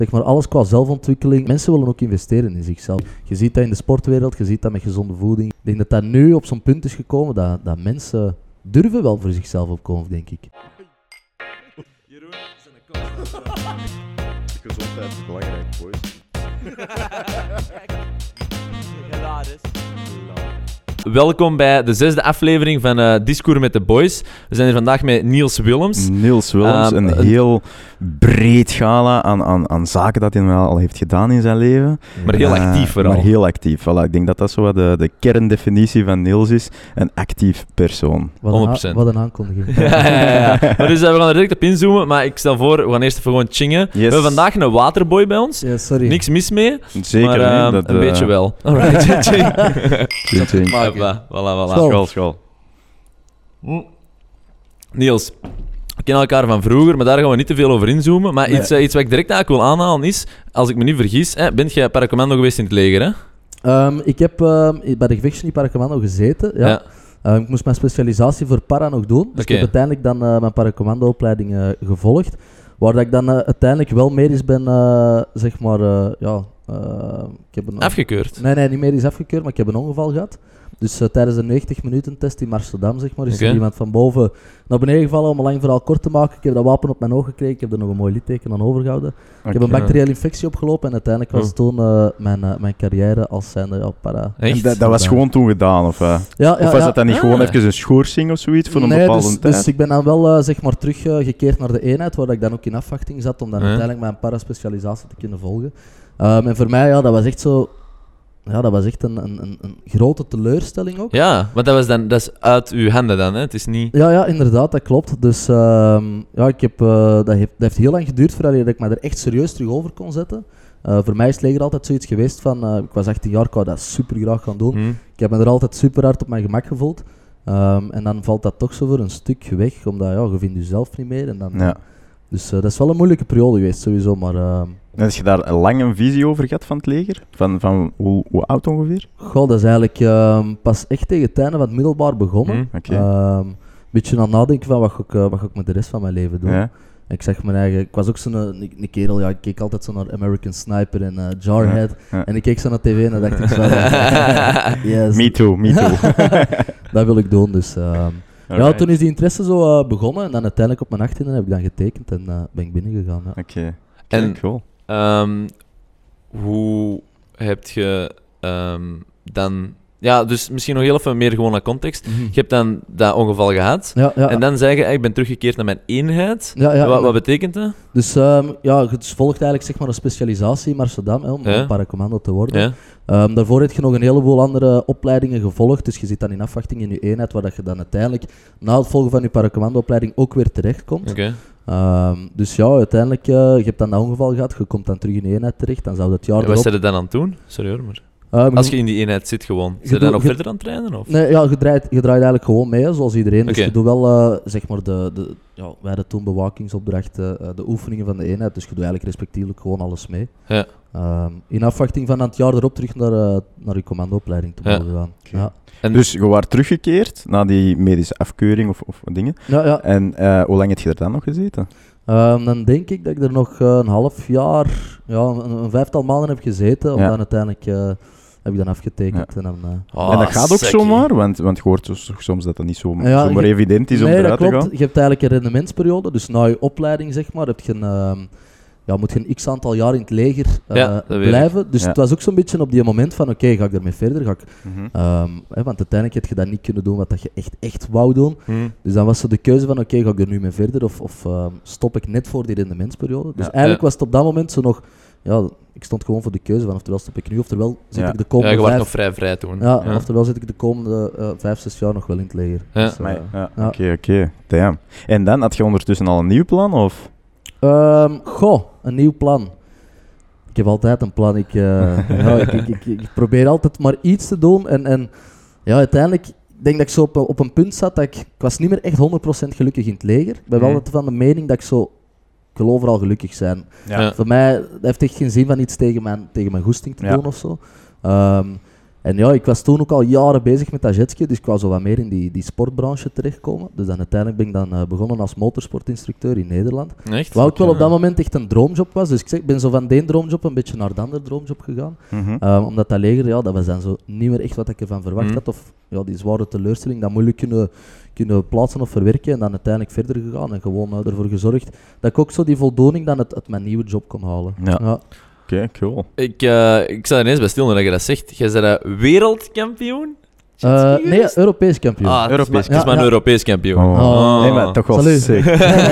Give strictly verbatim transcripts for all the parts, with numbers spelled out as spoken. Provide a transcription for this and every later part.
Zeg maar, alles qua zelfontwikkeling. Mensen willen ook investeren in zichzelf. Je ziet dat in de sportwereld, je ziet dat met gezonde voeding. Ik denk dat dat nu op zo'n punt is gekomen dat, dat mensen durven wel voor zichzelf opkomen, denk ik. Jeroen, zijn een kans. Gezondheid is belangrijk, boys. Hilarisch. Welkom bij de zesde aflevering van uh, Discours met de Boys. We zijn hier vandaag met Niels Willems. Niels Willems, um, een heel breed gala aan, aan, aan zaken dat hij al heeft gedaan in zijn leven. Maar heel uh, actief vooral. Maar heel actief, voilà. Ik denk dat dat zo wat de, de kerndefinitie van Niels is. Een actief persoon. Wat honderd procent. Een, wat een aankondiging. ja, ja, ja. Maar dus, uh, we gaan er direct op inzoomen, maar ik stel voor, we gaan eerst even gewoon chingen. Yes. We hebben vandaag een waterboy bij ons. Ja, sorry. Niks mis mee. Zeker maar, uh, niet. Dat, een uh, beetje wel. Alright, ching. ching, ching. Hoppa, voilà, voilà. School. School, school. Hm. Niels, we kennen elkaar van vroeger, maar daar gaan we niet te veel over inzoomen. Maar Nee. iets, uh, iets wat ik direct eigenlijk wil aanhalen is, als ik me niet vergis, hè, bent jij paracommando geweest in het leger, hè? Um, ik heb um, bij de gevechtsgenie paracommando gezeten. Ja. Ja. Uh, ik moest mijn specialisatie voor para nog doen. Dus Okay. ik heb uiteindelijk dan uh, mijn paracommando-opleiding uh, gevolgd. Waar dat ik dan uh, uiteindelijk wel medisch ben, uh, zeg maar, uh, ja... Uh, ik heb een, Afgekeurd? Nee, nee, niet medisch afgekeurd, maar ik heb een ongeval gehad. Dus uh, tijdens de negentig minuten test in Amsterdam, zeg maar, is Okay. er iemand van boven naar beneden gevallen om een lang verhaal kort te maken. Ik heb dat wapen op mijn oog gekregen, ik heb er nog een mooi litteken aan overgehouden. Okay. Ik heb een bacteriële infectie opgelopen en uiteindelijk was Oh. toen uh, mijn, uh, mijn carrière als zijnde ja, para. Echt? En dat, dat was gewoon toen gedaan, of, uh, Ja, ja, of was ja. dat dan niet Ah. gewoon even een schorsing of zoiets voor een nee, bepaalde dus, tijd? dus ik ben dan wel uh, zeg maar teruggekeerd uh, naar de eenheid, waar ik dan ook in afwachting zat om dan Ja. uiteindelijk mijn paraspecialisatie te kunnen volgen. Um, en voor mij, ja, dat was echt zo... Ja, dat was echt een, een, een, een grote teleurstelling ook. Ja, want dat, was dan, dat is uit uw handen dan, hè? Het is niet... Ja, ja, inderdaad, dat klopt. Dus um, ja, ik heb, uh, dat, heeft, dat heeft heel lang geduurd voordat ik me er echt serieus terug over kon zetten. Uh, voor mij is het leger altijd zoiets geweest van... Uh, ik was achttien jaar, ik wou dat super graag gaan doen. Hm. Ik heb me er altijd super hard op mijn gemak gevoeld. Um, en dan valt dat toch zo voor een stuk weg, omdat ja, je vindt jezelf niet meer. En dan, Ja. Dus uh, dat is wel een moeilijke periode geweest, sowieso. Maar uh, En heb je daar lang een visie over gehad van het leger? Van, van hoe, hoe oud ongeveer? goh, dat is eigenlijk um, pas echt tegen het einde van het middelbaar begonnen. Hm. Oké. Een um, beetje aan het nadenken van wat ga, ik, uh, wat ga ik met de rest van mijn leven doen. Ja. En ik zeg mijn eigen, ik was ook zo'n een, een kerel, ja, ik keek altijd zo naar American Sniper en uh, Jarhead. Ja, ja. En ik keek zo naar tv en dan dacht ik zo, uh, yes, Me too, me too. dat wil ik doen. Dus um, ja, Alright. toen is die interesse zo uh, begonnen en dan uiteindelijk op mijn achttiende heb ik dan getekend en uh, ben ik binnengegaan. Ja. Oké, okay. En- okay, cool. Um, hoe heb je um, dan... Ja, dus misschien nog heel even meer gewoon naar context. Je hebt dan dat ongeval gehad. Ja, ja. En dan zeg je, ik ben teruggekeerd naar mijn eenheid. Ja, ja, wat, wat betekent dat? Dus um, ja, het volgt eigenlijk zeg maar een specialisatie in Amsterdam hè, om Ja. een paracommando te worden. Ja? Um, daarvoor heb je nog een heleboel andere opleidingen gevolgd, dus je zit dan in afwachting in je eenheid, waar dat je dan uiteindelijk na het volgen van je paracommando-opleiding ook weer terechtkomt. Oké. Um, dus ja, uiteindelijk, uh, je hebt dan dat ongeval gehad, je komt dan terug in je eenheid terecht, dan zou dat jaar En wat erop... zijn er dan aan het doen? Sorry hoor, maar... Um, Als je in die eenheid zit gewoon, Je zijn je dan doet- nog je- verder aan het trainen? Of? Nee, ja, je draait, je draait eigenlijk gewoon mee, hè, zoals iedereen. Dus Oké. je doet wel, uh, zeg maar, de, de, ja, wij hadden toen bewakingsopdrachten, uh, de oefeningen van de eenheid, dus je doet eigenlijk respectievelijk gewoon alles mee. Ja. Um, in afwachting van dan het jaar erop terug naar, uh, naar je commandoopleiding te Ja. mogen gaan. Ja. En Dus je was teruggekeerd na die medische afkeuring of, of dingen. Ja, ja. En uh, hoe lang heb je er dan nog gezeten? Um, dan denk ik dat ik er nog uh, een half jaar, ja, een, een vijftal maanden heb gezeten, om Ja. dan uiteindelijk uh, heb ik dan afgetekend. En dan, uh, Oh, en dat gaat ook sekkie. zomaar, want, want je hoort dus soms dat dat niet zo, Ja, zomaar je- evident is om nee, dat eruit te klopt. gaan. Je hebt eigenlijk een rendementsperiode, dus na je opleiding zeg maar, heb je een, um, ja, moet je een x aantal jaar in het leger uh, Ja, dat weet blijven. Dus Ja. het was ook zo'n beetje op die moment van, oké, ga ik ermee verder? Ga ik, Mhm. um, hè, want uiteindelijk heb je dat niet kunnen doen wat dat je echt, echt wou doen. Hm. Dus dan was zo de keuze van, oké, ga ik er nu mee verder of, of um, stop ik net voor die rendementsperiode? Dus Ja. eigenlijk Ja. was het op dat moment zo nog, ja, ik stond gewoon voor de keuze van, oftewel stop ik nu, oftewel zit Ja. ik de Ja, komende je was vijf... nog vrij vrij toen. ja, Ja. oftewel zit ik de komende uh, vijf, zes jaar nog wel in het leger. Ja. Dus, uh, Maar, ja, ja. Oké, oké. Damn. En dan, had je ondertussen al een nieuw plan? Of? Um, goh, een nieuw plan. Ik heb altijd een plan. Ik, uh, ja, ik, ik, ik, ik probeer altijd maar iets te doen. En, en ja, uiteindelijk ik denk dat ik zo op, op een punt zat dat ik... Ik was niet meer echt honderd procent gelukkig in het leger. Ik ben wel Mhm. altijd van de mening dat ik zo... Ik wil overal gelukkig zijn. Ja. Voor mij dat heeft echt geen zin van iets tegen mijn, tegen mijn goesting te Ja. doen of zo. Um, En ja, ik was toen ook al jaren bezig met dat jetski, dus ik wou zo wat meer in die, die sportbranche terechtkomen. Dus dan uiteindelijk ben ik dan uh, begonnen als motorsportinstructeur in Nederland. Echt? Wat ook wel op dat Ja. moment echt een droomjob was. Dus ik zeg, ben zo van de ene droomjob een beetje naar de andere droomjob gegaan. Mhm. Um, omdat dat leger, ja, dat was dan zo niet meer echt wat ik ervan verwacht Mhm. had. Of ja, die zware teleurstelling, dat moeilijk kunnen, kunnen plaatsen of verwerken. En dan uiteindelijk verder gegaan en gewoon uh, ervoor gezorgd dat ik ook zo die voldoening dan het, het mijn nieuwe job kon halen. Ja. Oké, cool. Ik, uh, ik sta er ineens bij stil dat je dat zegt. Jij bent uh, wereldkampioen? Uh, Jetski nee, geweest? Europees kampioen. Ah, het is Europees. maar, het is Ja, maar een ja. Europees kampioen. Oh. Oh. Nee, maar toch wel Salut. sick.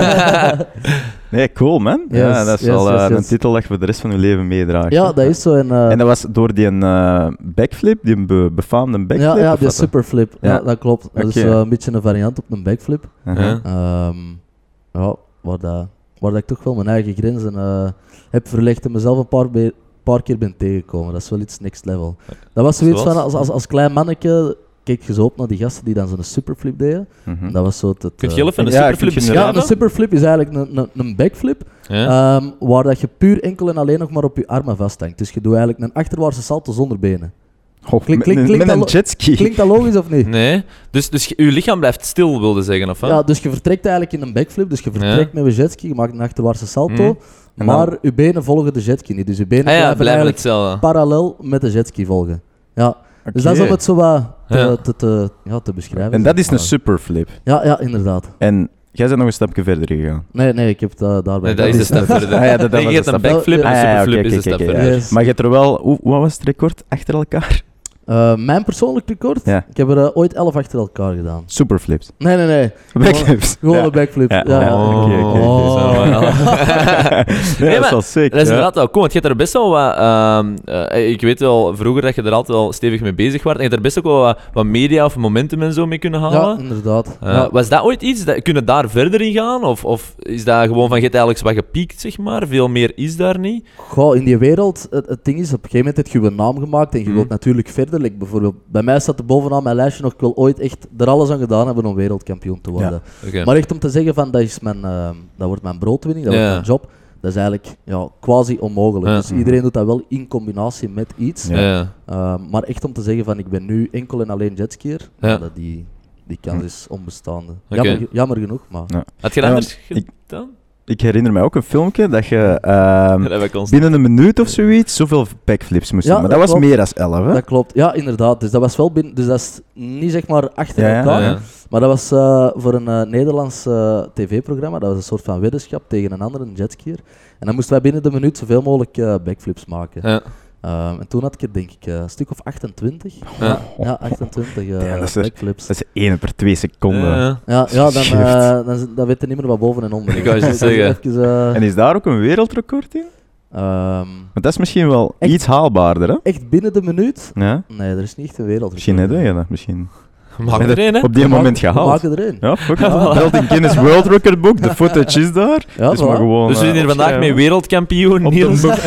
Nee, cool man. ja, Yes, dat is yes, wel uh, yes, een yes. titel dat je voor de rest van je leven meedraagt. Ja, dat is zo. En, uh, En dat was door die uh, backflip, die be- befaamde backflip? ja, ja, of de wat? superflip. Ja. Ja. dat klopt. Dat is Oké. uh, een beetje een variant op een backflip. Uh-huh. Ja. Ehm, ja, waar, dat, waar dat ik toch wel mijn eigen grenzen uh, heb verlegd en mezelf een paar, be- paar keer ben tegengekomen. Dat is wel iets next level. Dat was zoiets Zoals? van, als, als, als klein manneke, keek je zo op naar die gasten die dan zo'n superflip deden. Mhm. Dat was zo het... het Kun je uh, heel even een Ja, superflip ik vind ja, beschrijven? een superflip is eigenlijk een, een, een backflip, Ja? ehm, waar dat je puur enkel en alleen nog maar op je armen vasthangt. Dus je doet eigenlijk een achterwaartse salto zonder benen. Oh, Klink- met, klink- met klinkt een dat lo- jetski. Klinkt dat logisch of niet? Nee. Dus, dus je je lichaam blijft stil, wilde zeggen, of wat? Ja, dus je vertrekt eigenlijk in een backflip, dus je vertrekt met je jetski, je maakt een achterwaartse salto, Mhm. En maar dan- je benen volgen de jetski niet. Dus je benen Ah ja, blijven blijven eigenlijk hetzelfde. parallel met de jetski volgen. Ja, dus Oké. dat is om het zo wat te, Ja. te, te, ja, te beschrijven. En dat is zeg een maar. superflip. Ja, ja, inderdaad. En jij bent nog een stapje verder gegaan. Nee, nee, ik heb het uh, daarbij. Nee, dat is de stap verder. Ah ja, dat- dat Nee, was je hebt de een stap. backflip en Ah een ja, superflip oké, is de oké, stap oké, verder. ja. Maar je hebt er wel... Hoe, wat was het record achter elkaar? Uh, mijn persoonlijk record? Ja. Ik heb er uh, ooit elf achter elkaar gedaan. Superflips. Nee, nee, nee. Backflips. Gewoon Ja. een backflip. Ja. Ja, ja. Oh, oké, oké, oké. Oh. Zo, ja. Nee, dat is maar wel sick. Dat is ja. inderdaad wel cool, want je hebt er best wel wat... ehm, eh, ik weet wel vroeger dat je er altijd wel stevig mee bezig was. En je hebt er best ook wel wat, wat media of momentum en zo mee kunnen Ja, halen. inderdaad. Eh, Ja. Was dat ooit iets? Dat, kunnen daar verder in gaan? Of, of is dat gewoon van, je hebt eigenlijk wat gepiekt, zeg maar? Veel meer is daar niet? Goh, in die wereld, het, het ding is, op een gegeven moment heb je je naam gemaakt en je Mhm. wilt natuurlijk verder. Like bijvoorbeeld, bij mij staat er bovenaan mijn lijstje nog, ik wil ooit echt er alles aan gedaan hebben om wereldkampioen te worden. Oké. Maar echt om te zeggen van, dat, is mijn, eh, dat wordt mijn broodwinning, dat Ja. wordt mijn job, dat is eigenlijk ja, quasi onmogelijk. Ja. Dus iedereen doet dat wel in combinatie met iets. Ja. Ja. Uh, maar echt om te zeggen van, ik ben nu enkel en alleen jetskier, Ja. dat die, die kans is onbestaande. Oké. Jammer, jammer genoeg, maar... Ja. Had je Ja, dat anders want ik- gedaan? Ik herinner mij ook een filmpje dat je ehm, Dat heb ik constant. binnen een minuut of zoiets zoveel backflips moest Ja, doen. Maar dat dat was klopt. meer dan elf, hè? Dat klopt, ja, inderdaad. Dus dat was wel binnen, dus dat is niet zeg maar achter Ja, ja. elkaar, Ja. maar dat was eh, voor een eh, Nederlands eh, tv-programma. Dat was een soort van weddenschap tegen een andere jetskier. En dan moesten wij binnen de minuut zoveel mogelijk eh, backflips maken. Ja. Ehm, en toen had ik er denk ik eh, een stuk of achtentwintig. Ja. Ja, ja achtentwintig eh, Damn, dat is er- backflips. Dat is één per twee seconden. Ja. Ja, ja dan, Shift. eh dan, dan weet je niet meer wat boven en onder Ik is. wou juist Dus zeggen. even, eh, En is daar ook een wereldrecord in? ehm, Want dat is misschien wel Echt? iets haalbaarder, hè? echt binnen de minuut? Ja? Nee, er is niet echt een wereld. Misschien net je dat. Misschien. Maak er een, hè? Op die moment We gehaald. maken er één. Ja, fuck it. Meld in Guinness World Record Book, de footage is daar. Ja, dus maar voilà. gewoon... Dus we zijn eh, hier vandaag mee opschrijven. wereldkampioen, Op de Niels. boek.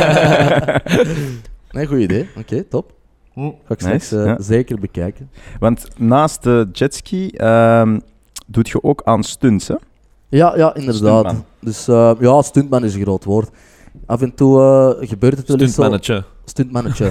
Nee, goed idee. Oké, top. Ga ik straks Nice, eh, ja. zeker bekijken. Want naast de jetski ehm doet je ook aan stunts, hè? Ja, ja, inderdaad. Stuntman. Dus eh, ja, stuntman is een groot woord. Af en toe eh, gebeurt het wel eens zo. Stuntmannetje. Stuntmannetje.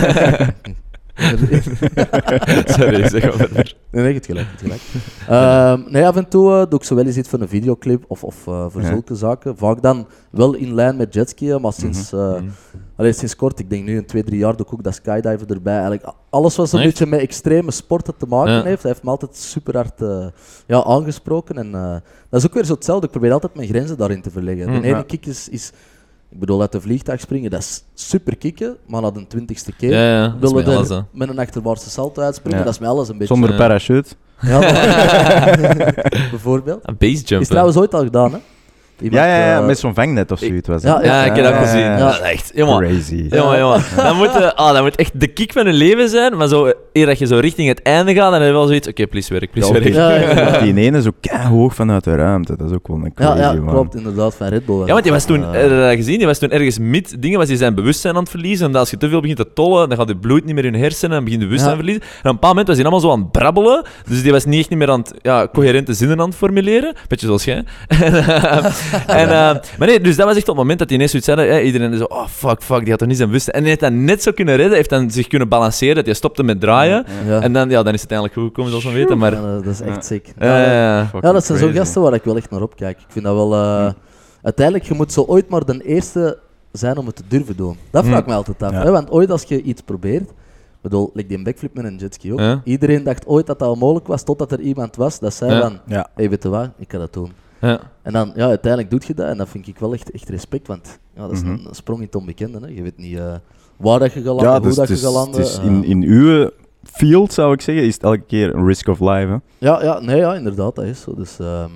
Sorry, zeg maar verder. Nee, nee, het gelijk, het gelijk. Ehm, nee, af en toe eh, doe ik zo wel eens iets van een videoclip of, of eh, voor Ja. zulke zaken. Vaak dan wel in lijn met jetskiën, maar sinds, eh, Mhm. allee, sinds kort, ik denk nu een twee, drie jaar, doe ik ook dat skydiven erbij. Eigenlijk a- alles wat zo'n Echt? beetje met extreme sporten te maken Ja. heeft, dat heeft me altijd super hard eh, ja, aangesproken. En eh, dat is ook weer zo hetzelfde. Ik probeer altijd mijn grenzen daarin te verleggen. Mhm. De ene Ja. kick is, is, ik bedoel, uit de vliegtuig springen, dat is super kicken, maar na de twintigste keer Ja, ja, dat is willen met er alles, hè. met een achterwaartse salto uitspringen. Ja. Dat is met alles een beetje. Zonder Ja. parachute. Ja, bijvoorbeeld. Een basejump. Is trouwens ooit al gedaan, hè? Iemand, Ja, ja, ja, eh, met zo'n vangnet of zoiets was het. ja, Ja, ik heb dat Ja, gezien. ja. Dat is echt, jongen. Crazy. Jongen, jongen. Dat moet, eh, ah, dat moet echt de kick van je leven zijn, maar zo, eer dat je zo richting het einde gaat, dan heb je wel zoiets, oké, please werk, please Ja, werk. Ja, ja, ja. Die ene zo hoog vanuit de ruimte, dat is ook wel een Ja, crazy, ja, man. klopt, inderdaad, van Red Bull. Ja, want je was toen, Eh, heb je dat gezien, je was toen ergens mid dingen, was hij zijn bewustzijn aan het verliezen. En als je te veel begint te tollen, dan gaat je bloed niet meer in je hersenen en begint je bewustzijn Ja. verliezen. En op een bepaald moment was hij allemaal zo aan het brabbelen. Dus die was niet echt niet meer aan het ja, coherente zinnen aan het formuleren. Beetje zoals jij. en, uh, maar nee, dus dat was echt op het moment dat hij ineens zoiets zei. Hè, iedereen zo, oh fuck, fuck, die had toch niet zijn bewust. En hij heeft dat net zo kunnen redden, heeft dan zich kunnen balanceren, dat hij stopte met draaien. Ja. En dan, ja, dan is het uiteindelijk goed gekomen, zoals we weten. Maar, Ja, dat is echt sick. ja, ja, ja. Ja, dat zijn zo'n Crazy. gasten waar ik wel echt naar opkijk. Ik vind dat wel... Uh, uiteindelijk, je moet zo ooit maar de eerste zijn om het te durven doen. Dat vraag ik Hm. me altijd af. Ja. Hè? Want ooit als je iets probeert... Ik bedoel, like die backflip met een jetski ook. Ja. Iedereen dacht ooit dat dat onmogelijk was, totdat er iemand was dat zei Ja. van... Ja. Hé, weet je wat? Ik kan dat doen. Ja. En dan, ja, uiteindelijk doe je dat en dat vind ik wel echt, echt respect, want ja, dat is Mhm. een, een sprong in het onbekende. Hè. Je weet niet uh, waar dat je gaat landen, Ja, hoe dus, dat dus, je gaat landen. dus uh, in, in uw field, zou ik zeggen, is het elke keer een risk of life. Hè? ja, ja, nee, ja, inderdaad, dat is zo. Dus, um,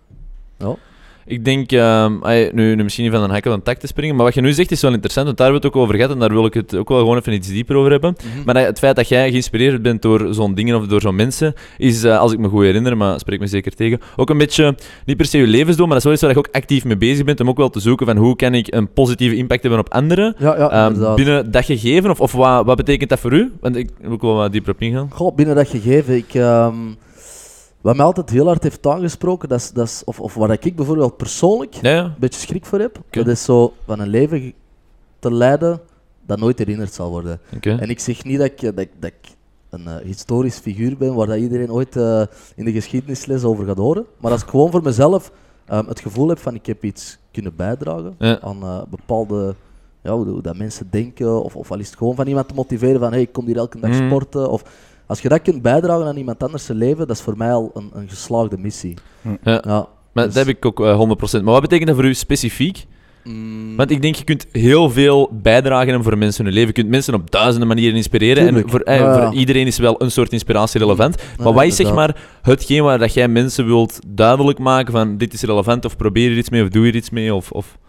ja. Ik denk, um, ay, nu, nu misschien niet van een hak op een tak te springen, maar wat je nu zegt is wel interessant, want daar hebben we het ook over gehad en daar wil ik het ook wel gewoon even iets dieper over hebben. Mhm. Maar dat- het feit dat jij geïnspireerd bent door zo'n dingen of door zo'n mensen, is, uh, als ik me goed herinner, maar spreek me zeker tegen, ook een beetje, niet per se je levensdoel, maar dat is wel iets waar je ook actief mee bezig bent, om ook wel te zoeken van hoe kan ik een positieve impact hebben op anderen, Ja, ja, um, inderdaad. binnen dat gegeven, of, of wat, wat betekent dat voor u? Want ik wil ook wel wat dieper op ingaan. Goh, binnen dat gegeven, ik, um, wat mij altijd heel hard heeft aangesproken, dat is, dat is, of, of waar ik bijvoorbeeld persoonlijk Ja, ja. een beetje schrik voor heb, Oké. dat is zo van een leven ge- te leiden dat nooit herinnerd zal worden. Oké. En ik zeg niet dat ik, dat, ik- dat ik een uh, historisch figuur ben waar dat iedereen ooit uh, in de geschiedenisles over gaat horen, maar als ik gewoon voor mezelf um, het gevoel heb van ik heb iets kunnen bijdragen Ja. aan uh, bepaalde, ja, hoe, hoe dat mensen denken, of, of al is het gewoon van iemand te motiveren van hey, ik kom hier elke dag Mm. sporten, of als je dat kunt bijdragen aan iemand anders zijn leven, dat is voor mij al een, een geslaagde missie. Ja. Ja, Maar dus- dat heb ik ook uh, honderd procent. Maar wat betekent dat voor u specifiek? Mm, Want ik denk, je kunt heel veel bijdragen aan voor mensen hun leven. Je kunt mensen op duizenden manieren inspireren. Tuurlijk. En voor, eh, Ja, ja. voor iedereen is wel een soort inspiratie relevant. ja, Maar wat is zeg inderdaad. maar hetgeen waar dat jij mensen wilt duidelijk maken van dit is relevant, of probeer er iets mee, of doe er iets mee, of... of...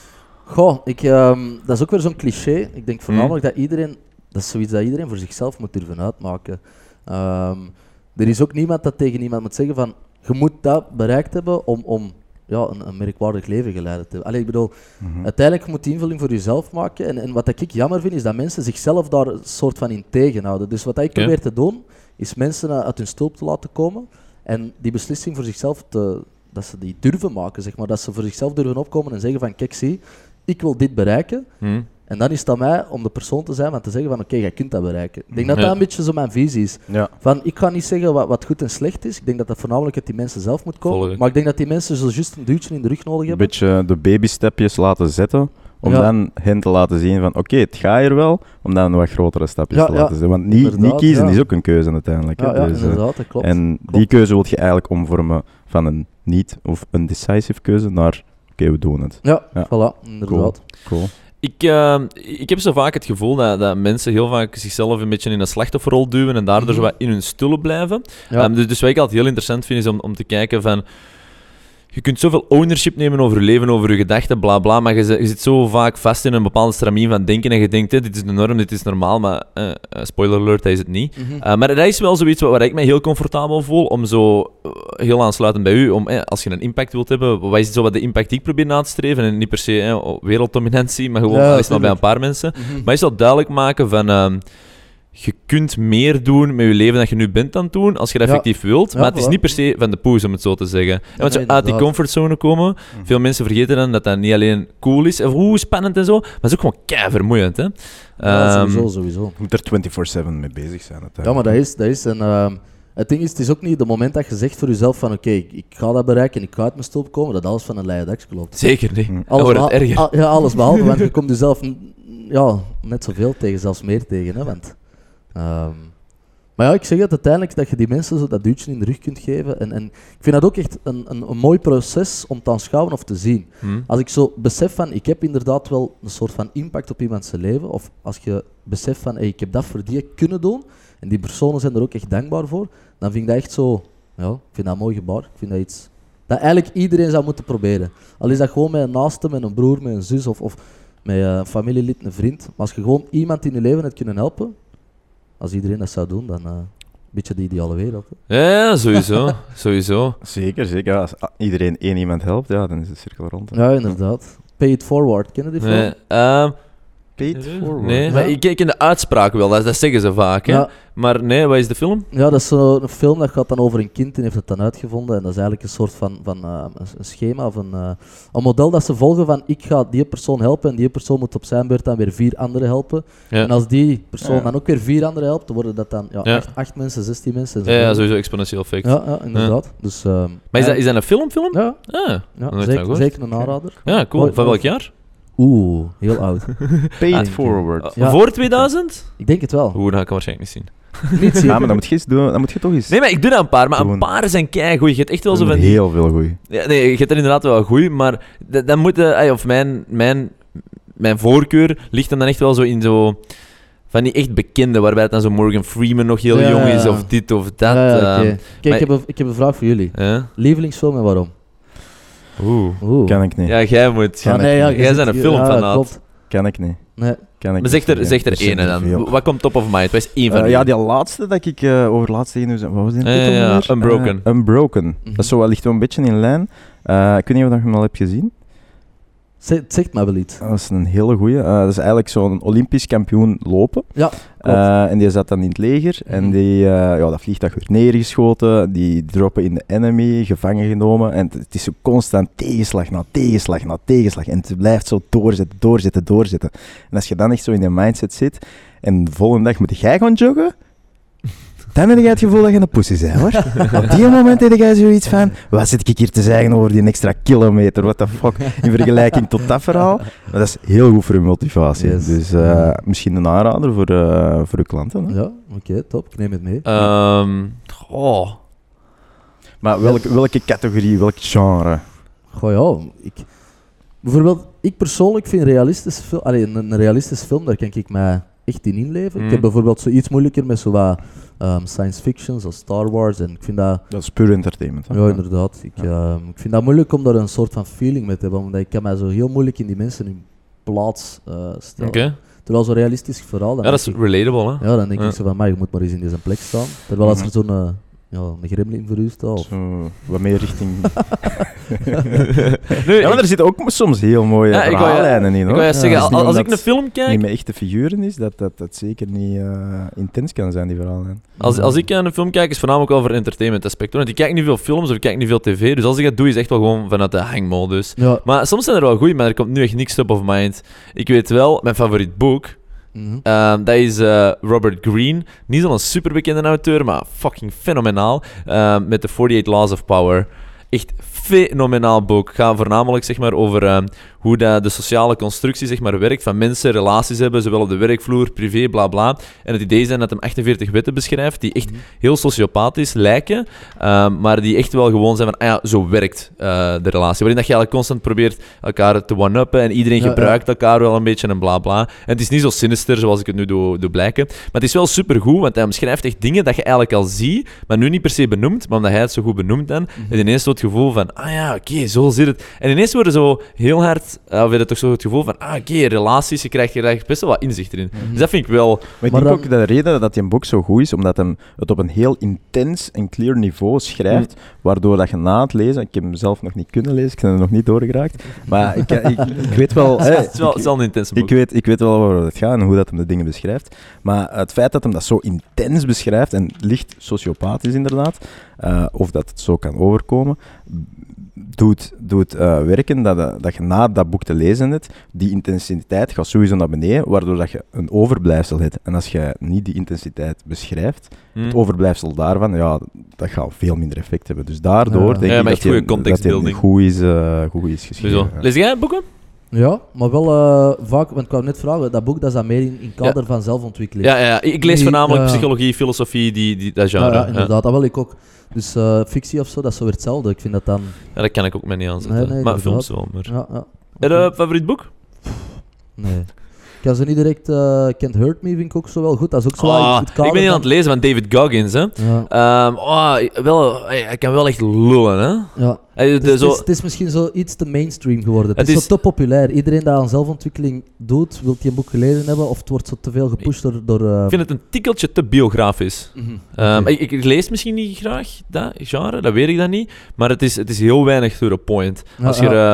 Goh, ik, ehm, dat is ook weer zo'n cliché. Ik denk voornamelijk Mm. dat iedereen, dat is zoiets dat iedereen voor zichzelf moet durven uitmaken. Ehm, er is ook niemand dat tegen iemand moet zeggen van, je moet dat bereikt hebben om, om ja, een, een merkwaardig leven geleid te hebben. Allee, ik bedoel, Mhm. uiteindelijk moet je die invulling voor jezelf maken. En, en wat ik jammer vind, is dat mensen zichzelf daar een soort van in tegenhouden. Dus wat ik Oké. probeer te doen, is mensen uit hun stulp te laten komen en die beslissing voor zichzelf te, dat ze die durven maken, zeg maar. Dat ze voor zichzelf durven opkomen en zeggen van, kijk, zie, ik wil dit bereiken. Hm. En dan is het aan mij om de persoon te zijn van te zeggen van, oké, jij kunt dat bereiken. Ik denk dat Ja. dat een beetje zo mijn visie is. Ja. Van, ik ga niet zeggen wat, wat goed en slecht is. Ik denk dat dat voornamelijk uit die mensen zelf moet komen. Volg ik. Maar ik denk dat die mensen zo juist een duwtje in de rug nodig Een hebben. beetje de babystepjes laten zetten, om Ja. dan hen te laten zien van oké, het gaat hier wel, om dan wat grotere stapjes Ja, te ja. laten zetten. Want niet, niet Inderdaad, kiezen ja. is ook een keuze uiteindelijk. hè. Ja, ja, Dus, eh, inderdaad, dat klopt. en die Klopt. keuze wil je eigenlijk omvormen van een niet of een decisive keuze naar oké, we doen het. Ja, Ja. voilà, inderdaad. Cool. Ik, uh, ik heb zo vaak het gevoel dat, dat mensen heel vaak zichzelf een beetje in een slachtofferrol duwen en daardoor Mhm. zo wat in hun stoelen blijven. Ja. Um, dus, dus wat ik altijd heel interessant vind, is om, om te kijken van... Je kunt zoveel ownership nemen over je leven, over je gedachten, bla bla, maar je, zit- je zit zo vaak vast in een bepaalde stramien van denken en je denkt, hè, dit is de norm, dit is normaal, maar uh, uh, spoiler alert, dat is het niet. Mhm. Uh, maar dat is wel zoiets waar, waar ik me heel comfortabel voel, om zo, uh, heel aansluitend bij u, om, eh, als je een impact wilt hebben, wat is zo wat de impact die ik probeer na te streven, en niet per se eh, werelddominantie, maar gewoon, Ja, al is het maar bij een tuurlijk. paar mensen. Mhm. Maar is dat duidelijk maken van... ehm, je kunt meer doen met je leven dan je nu bent aan het doen, als je dat Ja. effectief wilt. Ja, maar het is voilà. niet per se van de poes, om het zo te zeggen. En want zo nee, uit die inderdaad. comfortzone komen, veel mensen vergeten dan dat dat niet alleen cool is, of hoe spannend en zo, maar het is ook gewoon kei vermoeiend, hè. Ja, Ehm, sowieso, sowieso. Je moet er vierentwintig zeven mee bezig zijn. Ja, maar dat is, dat is een... ehm, het ding is, het is ook niet het moment dat je zegt voor jezelf van oké, ik, ik ga dat bereiken en ik ga uit mijn stulp komen, dat alles van een leien dakje loopt. Zeker niet. Mm. Dan Alles wordt het beha- erger. al- ja, alles behalve, want je komt jezelf n- ja, net zoveel tegen, zelfs meer tegen. Hè, want, ehm, maar ja, ik zeg het uiteindelijk dat je die mensen zo dat duwtje in de rug kunt geven. En, en ik vind dat ook echt een, een, een mooi proces om te aanschouwen of te zien. Hm. Als ik zo besef van, ik heb inderdaad wel een soort van impact op iemands leven, of als je beseft van, hey, ik heb dat voor die kunnen doen, en die personen zijn er ook echt dankbaar voor, dan vind ik dat echt zo, ja, ik vind dat een mooi gebaar. Ik vind dat iets dat eigenlijk iedereen zou moeten proberen. Al is dat gewoon met een naaste, met een broer, met een zus, of, of met een familielid, een vriend. Maar als je gewoon iemand in je leven hebt kunnen helpen, als iedereen dat zou doen, dan uh, een beetje de ideale wereld. Hè. Ja, ja, sowieso. sowieso. Zeker, zeker. Als iedereen één iemand helpt, ja, dan is de cirkel rond. hè. Ja, inderdaad. Pay it forward, ken je die film? Nee, ehm, Ik Paid Forward. Nee, Ja. maar ik, ik ken de uitspraak wel, dat, dat zeggen ze vaak. Hè? Ja. Maar nee, wat is de film? Ja, dat is zo'n film dat gaat dan over een kind en heeft het dan uitgevonden. En dat is eigenlijk een soort van, van uh, een, een schema of een, uh, een model dat ze volgen van ik ga die persoon helpen en die persoon moet op zijn beurt dan weer vier anderen helpen. Ja. En als die persoon Ja. dan ook weer vier anderen helpt, dan worden dat dan ja, Ja. acht, acht mensen, zestien mensen. Ja, ja, sowieso exponentieel effect. Ja, ja, inderdaad. Dus, um, Maar is dat, ja, is dat een filmfilm? Ja, Ah, ja nooit van zeker, gehoord. zeker een aanrader. Ja, cool. Mooi, Van mooi. welk jaar? Oeh, heel oud. Paid Ah, Forward. Uh, Ja. Voor tweeduizend? Ik denk het wel. Oeh, dat ga ik waarschijnlijk niet zien. Niet zien. Ja, maar dan moet je eens doen, dan moet je toch eens... Nee, maar ik doe dat een paar, maar een Gewoon- paar zijn keigoed. Je hebt echt wel zo van die... Heel veel goeie. Ja, nee, je hebt er inderdaad wel goed, maar d- dan moeten, ay, of mijn, mijn, mijn voorkeur ligt dan, dan echt wel zo in zo van die echt bekende, waarbij het dan zo Morgan Freeman nog heel Ja, jong ja, is ja. of dit of dat. Ja, ja, oké. ehm, Kijk, maar- ik heb, een, ik heb een vraag voor jullie. ja. Lievelingsfilm en waarom? Oeh. Oeh. Kan ik niet. Ja, jij moet. Kan Ah, ik nee, ja, niet. je Jij zit- bent een ja, filmfanaat. klopt. Kan ik niet. Nee. Kan ik Maar zeg er, niet. zeg er Er zijn één dan. veel. Wat komt top of mind? Wat is één van Eh, die? ja, die laatste dat ik uh, over laatst tegen u zei, wat was die Ja, ja, titel ja, weer? Unbroken. Eh, Unbroken. Mhm. Dat is zo, wel- ligt wel een beetje in lijn. Uh, ik weet niet of je hem al hebt gezien. Zeg- Het zegt mij wel iets. Dat is een hele goeie. Uh, dat is eigenlijk zo'n Olympisch kampioen lopen. Ja, klopt. Uh, en die zat dan in het leger. En Mhm. die, uh, ja, dat vliegtuig werd neergeschoten. Die droppen in de enemy, gevangen genomen. En het, het is zo constant tegenslag na tegenslag na tegenslag. En het blijft zo doorzetten, doorzetten, doorzetten. En als je dan echt zo in de mindset zit en de volgende dag moet jij gaan joggen, dan heb je het gevoel dat je een pussy bent, hoor. Op die moment heb jij zoiets van, wat zit ik hier te zeggen over die extra kilometer, what the fuck, in vergelijking tot dat verhaal. Maar dat is heel goed voor je motivatie. Yes. Dus uh, misschien een aanrader voor, uh, voor je klanten. Hè? Ja, oké, top. Ik neem het mee. Ehm, oh. Maar welke, welke categorie, welk genre? Goh ja, ik... Bijvoorbeeld, ik persoonlijk vind realistische film... Allee, een, een realistische film, daar kan ik mij echt in inleven. Mm. Ik heb bijvoorbeeld zoiets moeilijker met zo wat um, science fiction, zoals Star Wars. En ik vind dat... Dat is puur entertainment. Hè? Ja, inderdaad. Ik, Ja. um, ik vind dat moeilijk om daar een soort van feeling mee te hebben. Omdat ik kan mij zo heel moeilijk in die mensen hun plaats uh, stellen. Oké. Terwijl zo'n realistisch verhaal... Dan Ja, dat is denk ik, relatable, hè? ja, dan denk Ja. ik zo van, maar je moet maar eens in deze plek staan. Terwijl als Mhm. er zo'n uh, ja, een gremlin voor u staat... Of... Zo, wat meer richting... Nee, ja, maar er zitten ook soms heel mooie Ja, ik wou ja- verhaallijnen in, ik hoor. wou juist zeggen, Dus als, niet als ik omdat een film het kijk... niet met echte figuren is, dat dat, dat zeker niet uh, intens kan zijn, die verhalen. Als, als ik aan een film kijk, is het voornamelijk wel voor entertainment aspect. hoor. Want ik kijk niet veel films of ik kijk niet veel tv, dus als ik dat doe, is echt wel gewoon vanuit de hangmodus. Ja. Maar soms zijn er wel goeie, maar er komt nu echt niks top of mind. Ik weet wel, mijn favoriet boek, Mhm. ehm, dat is eh, Robert Greene. Niet zo'n superbekende auteur, maar fucking fenomenaal. Ehm, met de forty-eight Laws of Power. Echt fenomenaal boek. Het gaat voornamelijk zeg maar, over ehm, hoe dat de sociale constructie zeg maar, werkt. Van mensen relaties hebben, zowel op de werkvloer, privé, bla bla. En het idee is dan dat hem achtenveertig wetten beschrijft die echt heel sociopathisch lijken, ehm, maar die echt wel gewoon zijn van, ah ja, zo werkt uh, de relatie. Waarin dat je eigenlijk constant probeert elkaar te one-uppen en iedereen Ja, gebruikt elkaar wel een beetje en bla bla. En het is niet zo sinister zoals ik het nu doe, doe blijken, maar het is wel supergoed, want hij beschrijft echt dingen dat je eigenlijk al ziet, maar nu niet per se benoemt, maar omdat hij het zo goed benoemt dan, en ineens zo het gevoel van, ah ja, oké, okay, zo zit het. En ineens worden zo heel hard, uh, of je toch zo het gevoel van, ah oké, okay, relaties, je krijgt, je krijgt best wel wat inzicht erin. Mhm. Dus dat vind ik wel... Maar ik Maar denk dan- ook dat de reden dat die boek zo goed is, omdat hij het op een heel intens en clear niveau schrijft, waardoor dat je na het lezen, ik heb hem zelf nog niet kunnen lezen, ik ben er nog niet doorgeraakt, maar ik, ik, ik weet wel... hè, Het is wel, het is wel een intense boek. Ik weet, ik weet wel waarover het gaat en hoe dat hem de dingen beschrijft. Maar het feit dat hem dat zo intens beschrijft en licht sociopathisch inderdaad, uh, of dat het zo kan overkomen, doet, doet uh, werken dat, uh, dat je na dat boek te lezen hebt, die intensiteit gaat sowieso naar beneden, waardoor dat je een overblijfsel hebt. En als je niet die intensiteit beschrijft, Hmm. het overblijfsel daarvan, ja, dat gaat veel minder effect hebben. Dus daardoor Ja. denk Ja, ik maar dat echt goede die- dat contextbuilding. die goed is, uh, goed is geschreven. Sowieso. ja. Lees jij boeken? Ja, maar wel uh, vaak, want ik kwam net vragen, dat boek dat is dan meer in, in kader van zelfontwikkeling. Ja, ja, ja. Ik lees Nee, voornamelijk ja. psychologie, filosofie, die, die, dat genre. Ja, ja, Ja. inderdaad, dat wil ik ook. Dus uh, fictie of zo, dat is zo weer hetzelfde. Ik vind dat dan... Ja, dat kan ik ook met niet aanzetten. Nee, nee, maar inderdaad. films wel. Maar... Ja, ja. En uh, favoriet boek? Nee. Ik kan ze niet direct... Uh, Can't Hurt Me vind ik ook zo wel goed. Dat is ook zo Oh, uit het kader ik ben niet aan het van- lezen van David Goggins. Hè. Ja, Ehm, oh, wel, hij hij kan wel echt lullen. Hè. ja. Hij, de, Het is, zo, het, is, het is misschien zo iets te mainstream geworden. Het, Het is, is- zo te populair. Iedereen die aan zelfontwikkeling doet, wil die een boek gelezen hebben, of het wordt zo te veel gepusht door... door uh... ik vind het een tikkeltje te biografisch. Mhm. Ehm, Oké. ik, ik lees misschien niet graag dat genre, dat weet ik dan niet. Maar het is, het is heel weinig to the point. Ja, Als je er, ja. eh,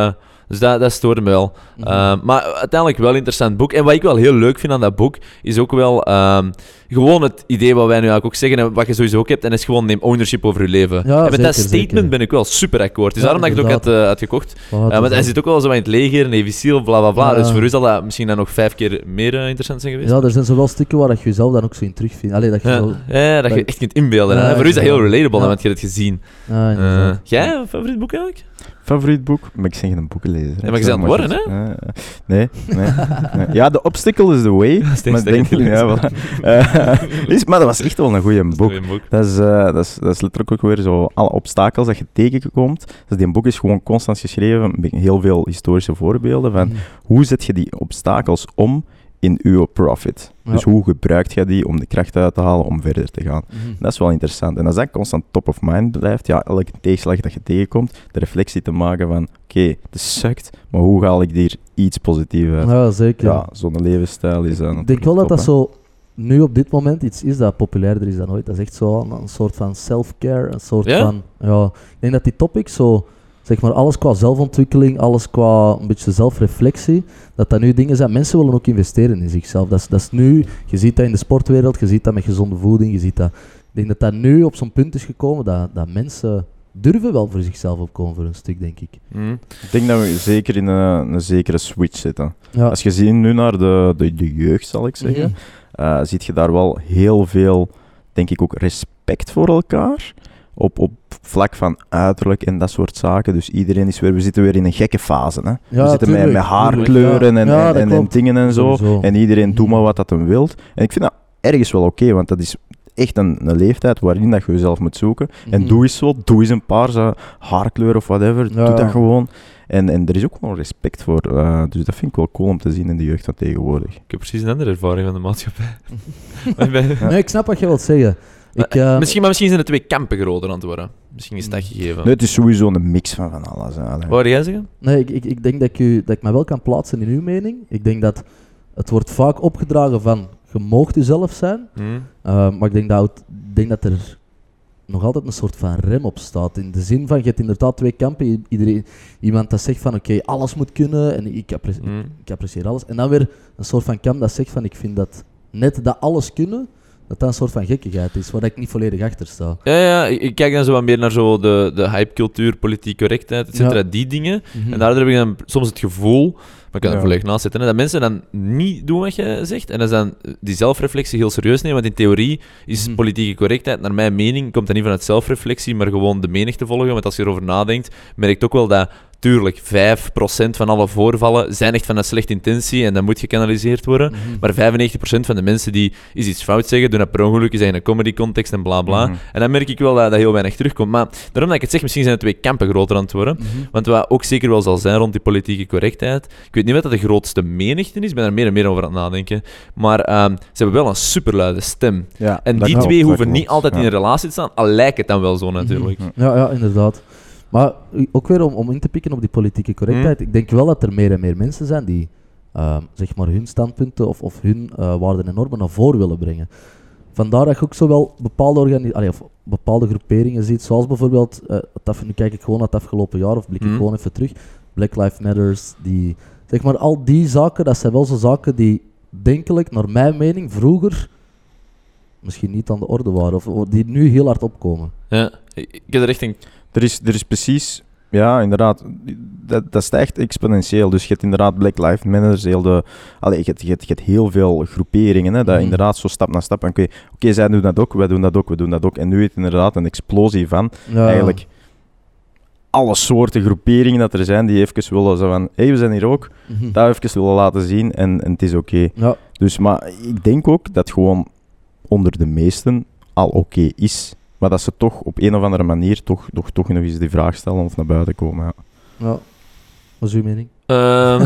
Dus dat, dat stoorde me wel. Mhm. Uh, maar uiteindelijk wel een interessant boek. En wat ik wel heel leuk vind aan dat boek, is ook wel um, gewoon het idee wat wij nu eigenlijk ook zeggen, en wat je sowieso ook hebt, en is gewoon neem ownership over je leven. Ja, en met zeker, dat statement zeker. ben ik wel super akkoord. Dus Ja, daarom dat ik het ook had, inderdaad. uh, had gekocht. Voilà, Uh, het want is hij dat. zit ook wel zo in het leger, Navy SEAL, bla bla bla. Ja. Dus voor u zal dat misschien dan nog vijf keer meer uh, interessant zijn geweest. Ja, er zijn zowel stukken waar dat je jezelf dan ook zo in terugvindt. Allee, dat je Ja, zo... ja, dat je echt kunt inbeelden. Ja, hè. Voor u is dat heel inderdaad. relatable, Ja. hè, want je hebt het gezien. Ja, Uh, inderdaad. jij, een favoriet boek eigenlijk? Favoriet boek? Maar ik zeg een boekenlezer. Ja, maar je bent aan het worden, hè? hè? Nee, nee, nee. Ja, The Obstacle is the Way. Dat is maar steeds denk, gelezen. ja, voilà. Uh, is, maar dat was echt wel een goeie boek. Een boek. Dat is, uh, dat, is, dat is letterlijk ook weer zo alle obstakels dat je tegenkomt. Dus die boek is gewoon constant geschreven met heel veel historische voorbeelden van Mhm. hoe zet je die obstakels om in uw profit. Ja. Dus hoe gebruik je die om de kracht uit te halen om verder te gaan. Mhm. Dat is wel interessant. En als dat constant top of mind blijft, ja, elke tegenslag dat je tegenkomt, de reflectie te maken van, oké, okay, het sukt, maar hoe haal ik hier iets positiefs uit? Ja, zeker. Ja, zo'n levensstijl is dan Ik denk wel dat top, dat hè. zo nu op dit moment iets is dat populairder is dan ooit. Dat is echt zo een, een soort van self-care, een soort Ja? van... Ja, ik denk dat die topics zo... Zeg maar, alles qua zelfontwikkeling, alles qua een beetje zelfreflectie, dat dat nu dingen zijn. Mensen willen ook investeren in zichzelf. Dat is, dat is nu... Je ziet dat in de sportwereld, je ziet dat met gezonde voeding, je ziet dat... Ik denk dat dat nu op zo'n punt is gekomen dat, dat mensen durven wel voor zichzelf opkomen voor een stuk, denk ik. Mm. Ik denk dat we zeker in een, een zekere switch zitten. Ja. Als je ziet nu naar de, de, de jeugd, zal ik zeggen, Mhm. uh, ziet je daar wel heel veel, denk ik ook, respect voor elkaar. Op, op vlak van uiterlijk en dat soort zaken. Dus iedereen is weer... We zitten weer in een gekke fase, hè. Ja, we zitten met, tuurlijk, met haarkleuren tuurlijk, ja. en, Ja, en, dat en, en klopt. dingen en zo. Sowieso. En iedereen doet Mhm. maar wat dat hem wilt. En ik vind dat ergens wel oké, want dat is echt een, een leeftijd waarin dat je jezelf moet zoeken. En Mhm. doe eens zo, doe eens een paar zo, haarkleur of whatever. Ja, Doe dat ja. gewoon. En, en er is ook wel respect voor. Uh, dus dat vind ik wel cool om te zien in de jeugd van tegenwoordig. Ik heb precies een andere ervaring van de maatschappij. Maar bij- Nee, ik snap wat je wilt zeggen. Ik, eh, misschien, maar misschien zijn de twee kampen groter aan het worden. Misschien is dat gegeven. Nee, het is sowieso een mix van van alles. Hè. Allee. Wat wou jij zeggen? Nee, ik, ik, ik denk dat ik, u, dat ik me wel kan plaatsen in uw mening. Ik denk dat het wordt vaak opgedragen van je moogt jezelf zijn. Hm? Uh, maar ik denk dat, het- ik denk dat er nog altijd een soort van rem op staat. In de zin van, je hebt inderdaad twee kampen. I- Iedereen, iemand dat zegt van, oké, alles moet kunnen en ik, apprecie- Hm. ik apprecieer alles. En dan weer een soort van kamp dat zegt van, ik vind dat net dat alles kunnen, dat dat een soort van gekkigheid is, waar ik niet volledig achter sta. Ja, ja, ik ik kijk dan zo wat meer naar zo de, de hypecultuur, politiek correctheid, et cetera, Ja. die dingen. Mhm. En daardoor heb ik dan soms het gevoel, maar ik kan er Ja. volledig naast zitten, hè, dat mensen dan niet doen wat je zegt. En dat ze dan die zelfreflectie heel serieus nemen. Want in theorie is Mhm. politieke correctheid, naar mijn mening, komt dat niet vanuit zelfreflectie, maar gewoon de menigte volgen. Want als je erover nadenkt, merk je ook wel dat, tuurlijk, vijf procent van alle voorvallen zijn echt van een slechte intentie en dat moet gekanaliseerd worden. Mhm. Maar vijfennegentig procent van de mensen die is iets fout zeggen, doen dat per ongeluk, is dat in een comedy-context en bla bla. Mhm. En dan merk ik wel dat dat heel weinig terugkomt. Maar daarom dat ik het zeg, misschien zijn de twee kampen groter aan het worden. Mhm. Want wat ook zeker wel zal zijn rond die politieke correctheid. Ik weet niet wat dat de grootste menigte is, ik ben er meer en meer over aan het nadenken. Maar ehm, ze hebben wel een superluide stem. Ja, En dat die klopt, twee dat hoeven klopt. niet altijd Ja. in een relatie te staan, al lijkt het dan wel zo natuurlijk. Mhm. Ja, ja, inderdaad. Maar u- ook weer om, om in te pikken op die politieke correctheid. Ik denk wel dat er meer en meer mensen zijn die ehm, zeg maar hun standpunten of, of hun eh, waarden en normen naar voren willen brengen. Vandaar dat je ook zo wel bepaalde, organi- allee, of bepaalde groeperingen ziet, zoals bijvoorbeeld, eh, het af, nu kijk ik gewoon naar het afgelopen jaar of blik ik Mhm. gewoon even terug, Black Lives Matters, die, zeg maar al die zaken, dat zijn wel zo zaken die denkelijk, naar mijn mening, vroeger misschien niet aan de orde waren of, of die nu heel hard opkomen. Ja, ik, ik heb er echt een... Er is, er is precies, ja, inderdaad, dat, dat stijgt exponentieel. Dus je hebt inderdaad Black Lives Matter, heel de, allee, je, hebt, je, hebt, je hebt heel veel groeperingen, hè, dat Mhm. inderdaad zo stap na stap, oké, okay, okay, zij doen dat ook, wij doen dat ook, we doen dat ook. En nu is het inderdaad een explosie van, Ja. eigenlijk, alle soorten groeperingen dat er zijn, die even willen zo van, hé, hey, we zijn hier ook, Mhm. dat even willen laten zien en, en het is oké. Ja. Dus, maar ik denk ook dat gewoon onder de meesten al oké is. Maar dat ze toch op een of andere manier toch, toch, toch nog eens die vraag stellen of naar buiten komen. Ja. Ja, wat is uw mening? Um,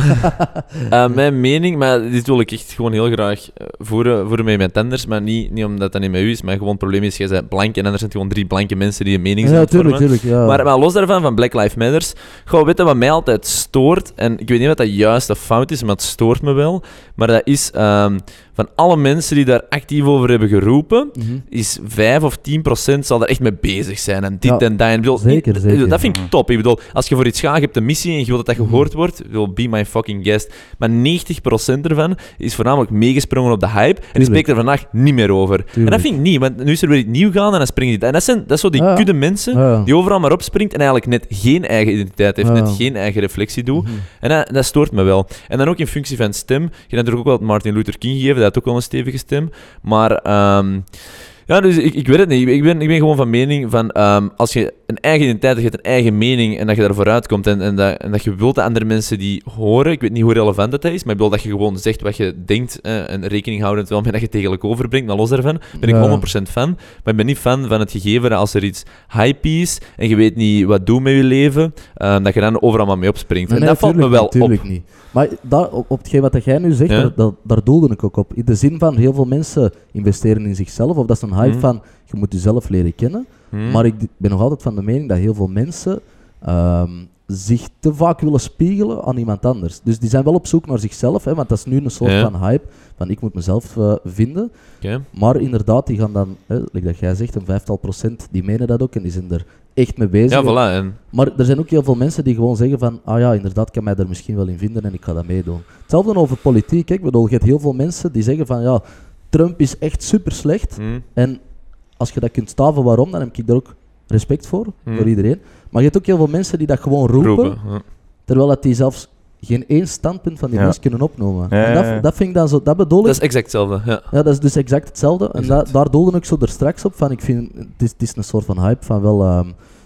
uh, mijn mening, maar dit wil ik echt gewoon heel graag uh, voeren, voeren met mijn tenders, maar niet, niet omdat dat niet met u is, maar gewoon het probleem is, jij bent blank en anders zijn het gewoon drie blanke mensen die een mening zijn. Ja, aan het tuurlijk, vormen. tuurlijk. Ja. Maar, maar los daarvan, van Black Lives Matters, gewoon weten wat mij altijd stoort, en ik weet niet wat dat juist of fout is, maar het stoort me wel, maar dat is um, van alle mensen die daar actief over hebben geroepen, Mm-hmm. is vijf of tien procent zal daar echt mee bezig zijn en dit Ja, en dat. En ik bedoel, zeker, niet- zeker. Dat vind ik top. Ik bedoel, als je voor iets gaat, je hebt een missie en je wilt dat dat Mhm. gehoord wordt, ik bedoel, be my fucking guest. Maar negentig procent ervan is voornamelijk meegesprongen op de hype en die Tuurlijk. spreekt er vandaag niet meer over. En Tuurlijk. dat vind ik niet, want nu is er weer iets nieuw gaan en dan springen die. En dat, zijn, dat is zo die Ja, ja. kudde mensen Ja, ja. die overal maar opspringt en eigenlijk net geen eigen identiteit heeft, Ja, ja. net geen eigen reflectie doet. Mhm. En dat, dat stoort me wel. En dan ook in functie van stem. Je hebt natuurlijk ook wel het Martin Luther King gegeven, dat had ook wel een stevige stem. Maar ehm, ja, dus ik, ik weet het niet. Ik ben, ik ben gewoon van mening van ehm, als je een eigen identiteit hebt, je hebt een eigen mening en dat je daar vooruit komt en, en, dat, en dat je wilt dat andere mensen die horen, ik weet niet hoe relevant dat is, maar ik bedoel dat je gewoon zegt wat je denkt eh, en rekening houdend wel met dat je het tegelijk overbrengt, maar los daarvan ben ik Ja. honderd procent fan. Maar ik ben niet fan van het gegeven dat als er iets hype is en je weet niet wat doen met je leven, ehm, dat je dan overal maar mee opspringt. Nee, en nee, dat valt me tuurlijk wel niet, op. tuurlijk niet. Maar daar, op, op hetgeen wat jij nu zegt, Ja. daar, daar, daar doelde ik ook op. In de zin van, heel veel mensen investeren in zichzelf, of dat is een hype Mhm. van, je moet jezelf leren kennen. Hmm. Maar ik d- ben nog altijd van de mening dat heel veel mensen ehm, zich te vaak willen spiegelen aan iemand anders. Dus die zijn wel op zoek naar zichzelf, hè, want dat is nu een soort Ja. van hype, van ik moet mezelf eh, vinden. Oké. Maar inderdaad, die gaan dan, hè, like dat jij zegt, een vijftal procent, die menen dat ook en die zijn er echt mee bezig. Ja, voilà. En, Maar er zijn ook heel veel mensen die gewoon zeggen van, ah ja, inderdaad, ik kan mij er misschien wel in vinden en ik ga dat meedoen. Hetzelfde over politiek, hè. Ik bedoel, je hebt heel veel mensen die zeggen van, ja, Trump is echt super slecht. hmm. En als je dat kunt staven waarom, dan heb ik daar ook respect voor, Hmm. voor iedereen. Maar je hebt ook heel veel mensen die dat gewoon roepen, Roepen. Ja. terwijl dat die zelfs geen één standpunt van die Ja. mensen kunnen opnoemen. Ja, En ja, ja. dat, dat vind ik dan zo, dat bedoel ik. Dat is exact hetzelfde. Ja. Ja, dat is dus exact hetzelfde. En Exact. da- daar doelde ik zo er straks op van, ik vind, het is, het is een soort van hype van wel ehm,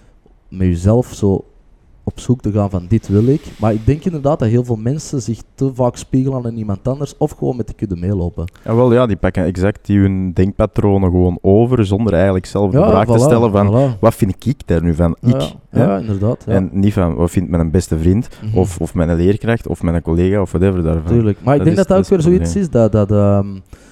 met jezelf zo op zoek te gaan van dit wil ik. Maar ik denk inderdaad dat heel veel mensen zich te vaak spiegelen aan iemand anders of gewoon met de kudde meelopen. Ja, wel, ja, die pakken exact die hun denkpatronen gewoon over, zonder eigenlijk zelf de vraag te voilà, stellen van, voilà. wat vind ik daar nu van? Ik. Ja, hè? ja, inderdaad. Ja. En niet van, wat vindt mijn beste vriend, Mhm. of, of mijn leerkracht, of mijn collega, of whatever daarvan. Tuurlijk. Maar ik Dat denk is- dat dat ook dat weer is het zoiets is dat, dat, ehm,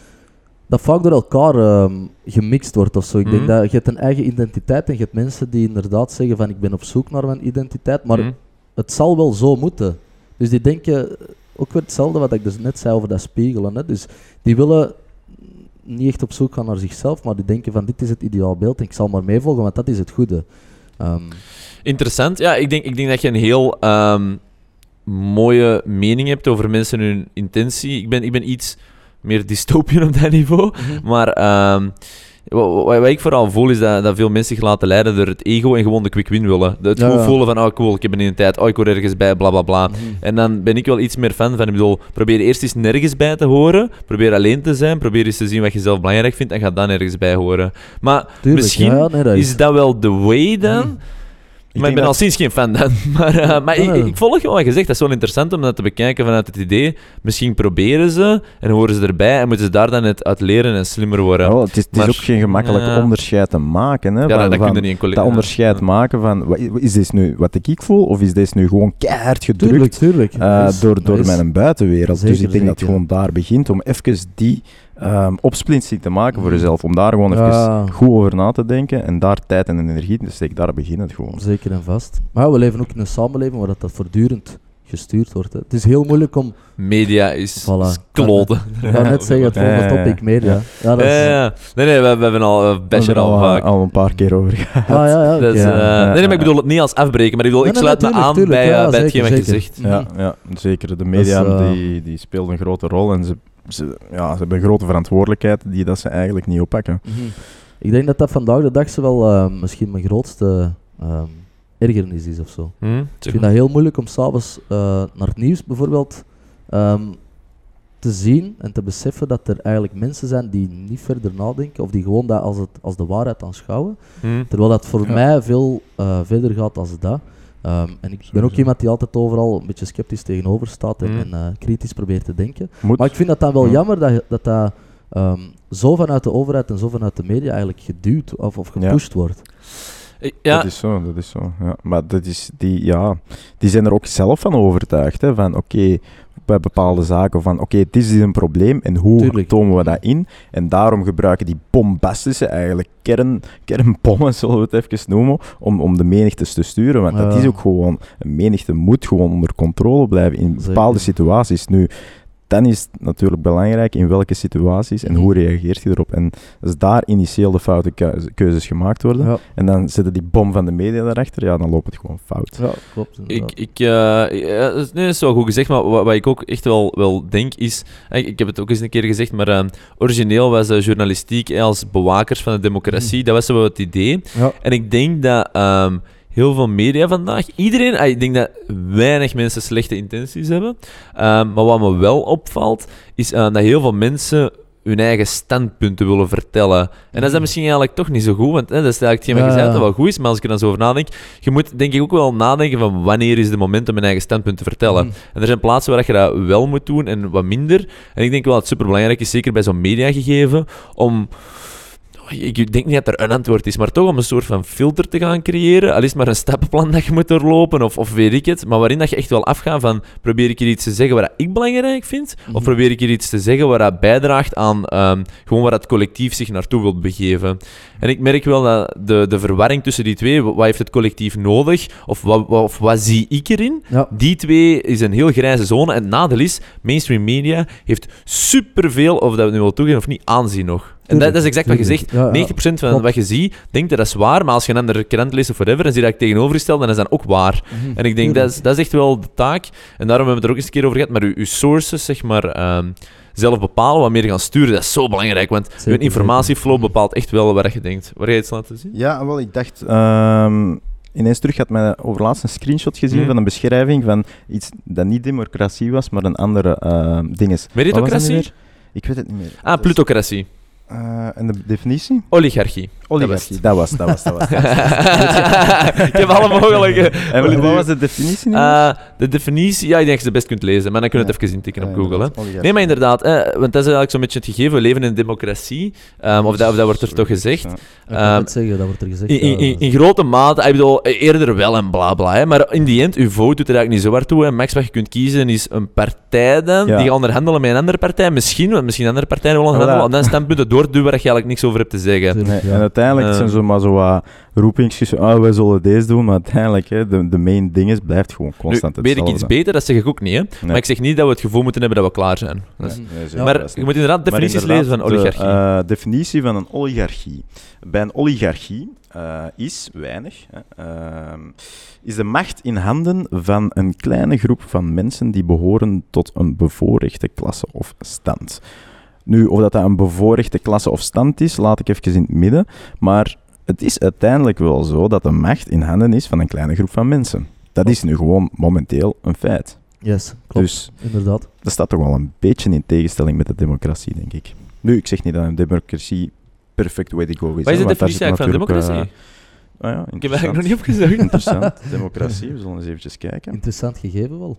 dat vaak door elkaar ehm, gemixt wordt of zo. Ik Mhm. denk dat je hebt een eigen identiteit en je hebt mensen die inderdaad zeggen van ik ben op zoek naar mijn identiteit, maar Mhm. het zal wel zo moeten. Dus die denken ook weer hetzelfde wat ik dus net zei over dat spiegelen. Hè. Dus die willen niet echt op zoek gaan naar zichzelf, maar die denken van dit is het ideaalbeeld en ik zal maar meevolgen, want dat is het goede. Ehm, Interessant. Ja, ik denk, ik denk dat je een heel ehm, mooie mening hebt over mensen en hun intentie. Ik ben, ik ben iets meer dystopian op dat niveau. Maar ehm, wat, wat ik vooral voel is dat, dat veel mensen zich laten leiden door het ego en gewoon de quick win willen. Het Ja, goed ja. voelen van, oh cool, ik heb een identiteit, oh ik hoor ergens bij, bla bla bla. mhm. En dan ben ik wel iets meer fan van, ik bedoel, probeer eerst eens nergens bij te horen, probeer alleen te zijn, probeer eens te zien wat je zelf belangrijk vindt en ga dan ergens bij horen. Maar Tuurlijk, misschien ja, ja, nee, dat is dat wel de way dan? Mhm. Ik maar ik denk ben al dat- sinds geen fan dan. Maar, eh, maar ik, Ja. ik volg wel wat je zegt. Dat is wel interessant om dat te bekijken vanuit het idee. Misschien proberen ze en horen ze erbij en moeten ze daar dan het uit leren en slimmer worden. Ja, wel, het is, het is Maar- ook geen gemakkelijk Ja. onderscheid te maken. Hè, ja, van- dat, dat van- kun je niet in collega. dat onderscheid maken van, wa- is dit nu wat ik voel, of is dit nu gewoon keihard gedrukt Tuurlijk, tuurlijk. eh, Dat is- door, dat door is- mijn buitenwereld? dus Zeker, ik denk dat het zeker. gewoon daar begint, om even die ehm, opsplitsing te maken voor Mhm. jezelf. Om daar gewoon Ja. even goed over na te denken en daar tijd en energie in te steken. Daar begint het gewoon. Zeker en vast. Maar ja, we leven ook in een samenleving waar dat, dat voortdurend gestuurd wordt. Hè. Het is heel moeilijk om... Media is, Voilà. is kloten. Ik ga net zeggen, het volgende Ja, ja, ja. topic, media. Ja, dat Ja, is... ja, ja. Nee, nee, we, we hebben al uh, We bashen hebben al al, vaak. al een paar keer over gehad. Ah, ja, ja, oké. Dus, eh, ja, nee, nee, maar ja. ik bedoel het niet als afbreken, maar ik, bedoel, Nee, ik nee, sluit me tuurlijk, aan tuurlijk, bij, ja, uh, bij zeker, hetgeen wat je zeker. zegt. Ja, ja, zeker. De media Dat is, eh, die, die speelt een grote rol en ze, ze, ja, ze hebben een grote verantwoordelijkheid die dat ze eigenlijk niet oppakken. Mhm. Ik denk dat dat vandaag de dag zo wel eh, misschien mijn grootste ehm, ergernis is of zo. Hm? Ik vind dat heel moeilijk om s'avonds uh, naar het nieuws bijvoorbeeld ehm, te zien en te beseffen dat er eigenlijk mensen zijn die niet verder nadenken of die gewoon dat als, het, als de waarheid aanschouwen. Hm? Terwijl dat voor Ja. mij veel uh, verder gaat dan dat. Um, en ik ben ook Sowieso. iemand die altijd overal een beetje sceptisch tegenover staat en, Mm. en uh, kritisch probeert te denken. Moet. Maar ik vind dat dan wel Ja. jammer dat je- dat, dat um, zo vanuit de overheid en zo vanuit de media eigenlijk geduwd of, of Ja. gepusht wordt. Ja, Dat is zo, dat is zo. Ja. Maar dat is die, ja, die zijn er ook zelf van overtuigd. Hè, van oké, okay, bij bepaalde zaken van oké, okay, dit is een probleem en hoe Tuurlijk. tomen we dat in? En daarom gebruiken die bombastische, eigenlijk kern, kernbommen, zullen we het even noemen, om, om de menigtes te sturen. Want Ja. dat is ook gewoon, een menigte moet gewoon onder controle blijven in Zeker. bepaalde situaties. Nu, dan is het natuurlijk belangrijk in welke situaties en hoe reageert je erop. En als daar initieel de foute keu- keuzes gemaakt worden, Ja, en dan zetten die bom van de media daarachter, ja, dan loopt het gewoon fout. ja klopt. ik, inderdaad. ik, uh, ja, dat is- nee, dat is wel goed gezegd, maar wat, wat ik ook echt wel, wel denk is... Ik, ik heb het ook eens een keer gezegd, maar uh, origineel was uh, journalistiek eh, als bewakers van de democratie, Mm. dat was wel het idee. Ja, En ik denk dat um, heel veel media vandaag, iedereen, ah, ik denk dat weinig mensen slechte intenties hebben. Um, maar wat me wel opvalt, is uh, dat heel veel mensen hun eigen standpunten willen vertellen. En dat is dan misschien eigenlijk toch niet zo goed, want hè, dat is eigenlijk hetgeen wat je Ja, zei, ja. dat wel goed is, maar als ik er dan zo over nadenk, je moet denk ik ook wel nadenken van wanneer is de moment om een eigen standpunt te vertellen. Mhm. En er zijn plaatsen waar je dat wel moet doen en wat minder. En ik denk wel dat het superbelangrijk is, zeker bij zo'n mediagegeven, om... Ik denk niet dat er een antwoord is, maar toch om een soort van filter te gaan creëren. Al is het maar een stappenplan dat je moet doorlopen, of, of weet ik het. Maar waarin dat je echt wel afgaat van, probeer ik hier iets te zeggen wat ik belangrijk vind? Mhm. Of probeer ik hier iets te zeggen wat dat bijdraagt aan um, gewoon waar het collectief zich naartoe wil begeven? En ik merk wel dat de, de verwarring tussen die twee, wat heeft het collectief nodig? Of wat, wat, of wat zie ik erin? ja. Die twee is een heel grijze zone. En het nadeel is, mainstream media heeft superveel, of dat we het nu wel toegeven of niet, aanzien nog. En dat, dat is exact wat je Tuurlijk. zegt. Ja, ja. negentig procent van Klopt. wat je ziet, denkt dat dat is waar, maar als je een andere krant leest of whatever, en zie je dat ik tegenovergesteld, dan is dat ook waar. Mhm. En ik denk, dat is, dat is echt wel de taak. En daarom hebben we het er ook eens een keer over gehad, maar je, je sources, zeg maar, ehm, zelf bepalen, wat meer gaan sturen, dat is zo belangrijk, want je Zeker, informatieflow zeker. bepaalt echt wel waar je denkt. Waar ga je iets laten zien? Ja, wel, ik dacht... ehm, ineens terug had mij over laatst een screenshot gezien Hmm. van een beschrijving van iets dat niet democratie was, maar een andere uh, ding is. Wat was dat nu Meritocratie? weer? Ik weet het niet meer. Ah, Dat is- plutocratie. Uh, en de definitie? Oligarchie. Oligarchie, dat was, dat was, dat was. Ik heb alle mogelijke... En wat was de definitie nu? Uh, de definitie, ja, ik denk dat je het best kunt lezen, maar dan kun je het Ja. even intikken op Ja, Google. Hè. inderdaad, oligarchie. Nee, maar inderdaad, hè, want dat is eigenlijk zo'n beetje het gegeven. We leven in een democratie, um, of, dat, of dat wordt er toch gezegd. Ja. Ik kan Ehm, het zeggen, dat wordt er gezegd. In, in, in, in grote mate, ik bedoel, eerder wel en bla bla, hè, maar in die end, uw vote doet er eigenlijk niet zo hard toe. Hè. Max, wat je kunt kiezen is een partij dan, Ja. die gaat onderhandelen met een andere partij, misschien, want misschien andere partijen willen Voilà. onderhandelen, om dan standpunten door te doen waar je eigenlijk niks over hebt te zeggen. Tuurlijk, Nee, ja. En uiteindelijk Eh. zijn zo maar zo wat roepingsjes, ah, wij zullen deze doen, maar uiteindelijk, hè, de, de main ding is, blijft gewoon Nu, constant weet ik hetzelfde. iets beter, dat zeg ik ook niet, hè. Maar ik zeg niet dat we het gevoel moeten hebben dat we klaar zijn. Dat is- Nee, nee, zeker Ja. maar vast je niet. moet inderdaad Maar definities inderdaad, lezen van oligarchie. De uh, definitie van een oligarchie. Bij een oligarchie uh, is weinig. Hè, uh, is de macht in handen van een kleine groep van mensen die behoren tot een bevoorrechte klasse of stand. Nu, of dat, dat een bevoorrechte klasse of stand is, laat ik even in het midden. Maar het is uiteindelijk wel zo dat de macht in handen is van een kleine groep van mensen. Dat is nu gewoon momenteel een feit. Yes, klopt. Dus Inderdaad. dat staat toch wel een beetje in tegenstelling met de democratie, denk ik. Nu, ik zeg niet dat een democratie perfect way to go is. Wat is hè, de want daar definitie zit eigenlijk van natuurlijk, democratie? eh, ah ja, Ik heb eigenlijk nog niet interessant. opgezocht. Interessant. Democratie, we zullen eens eventjes kijken. Interessant gegeven wel.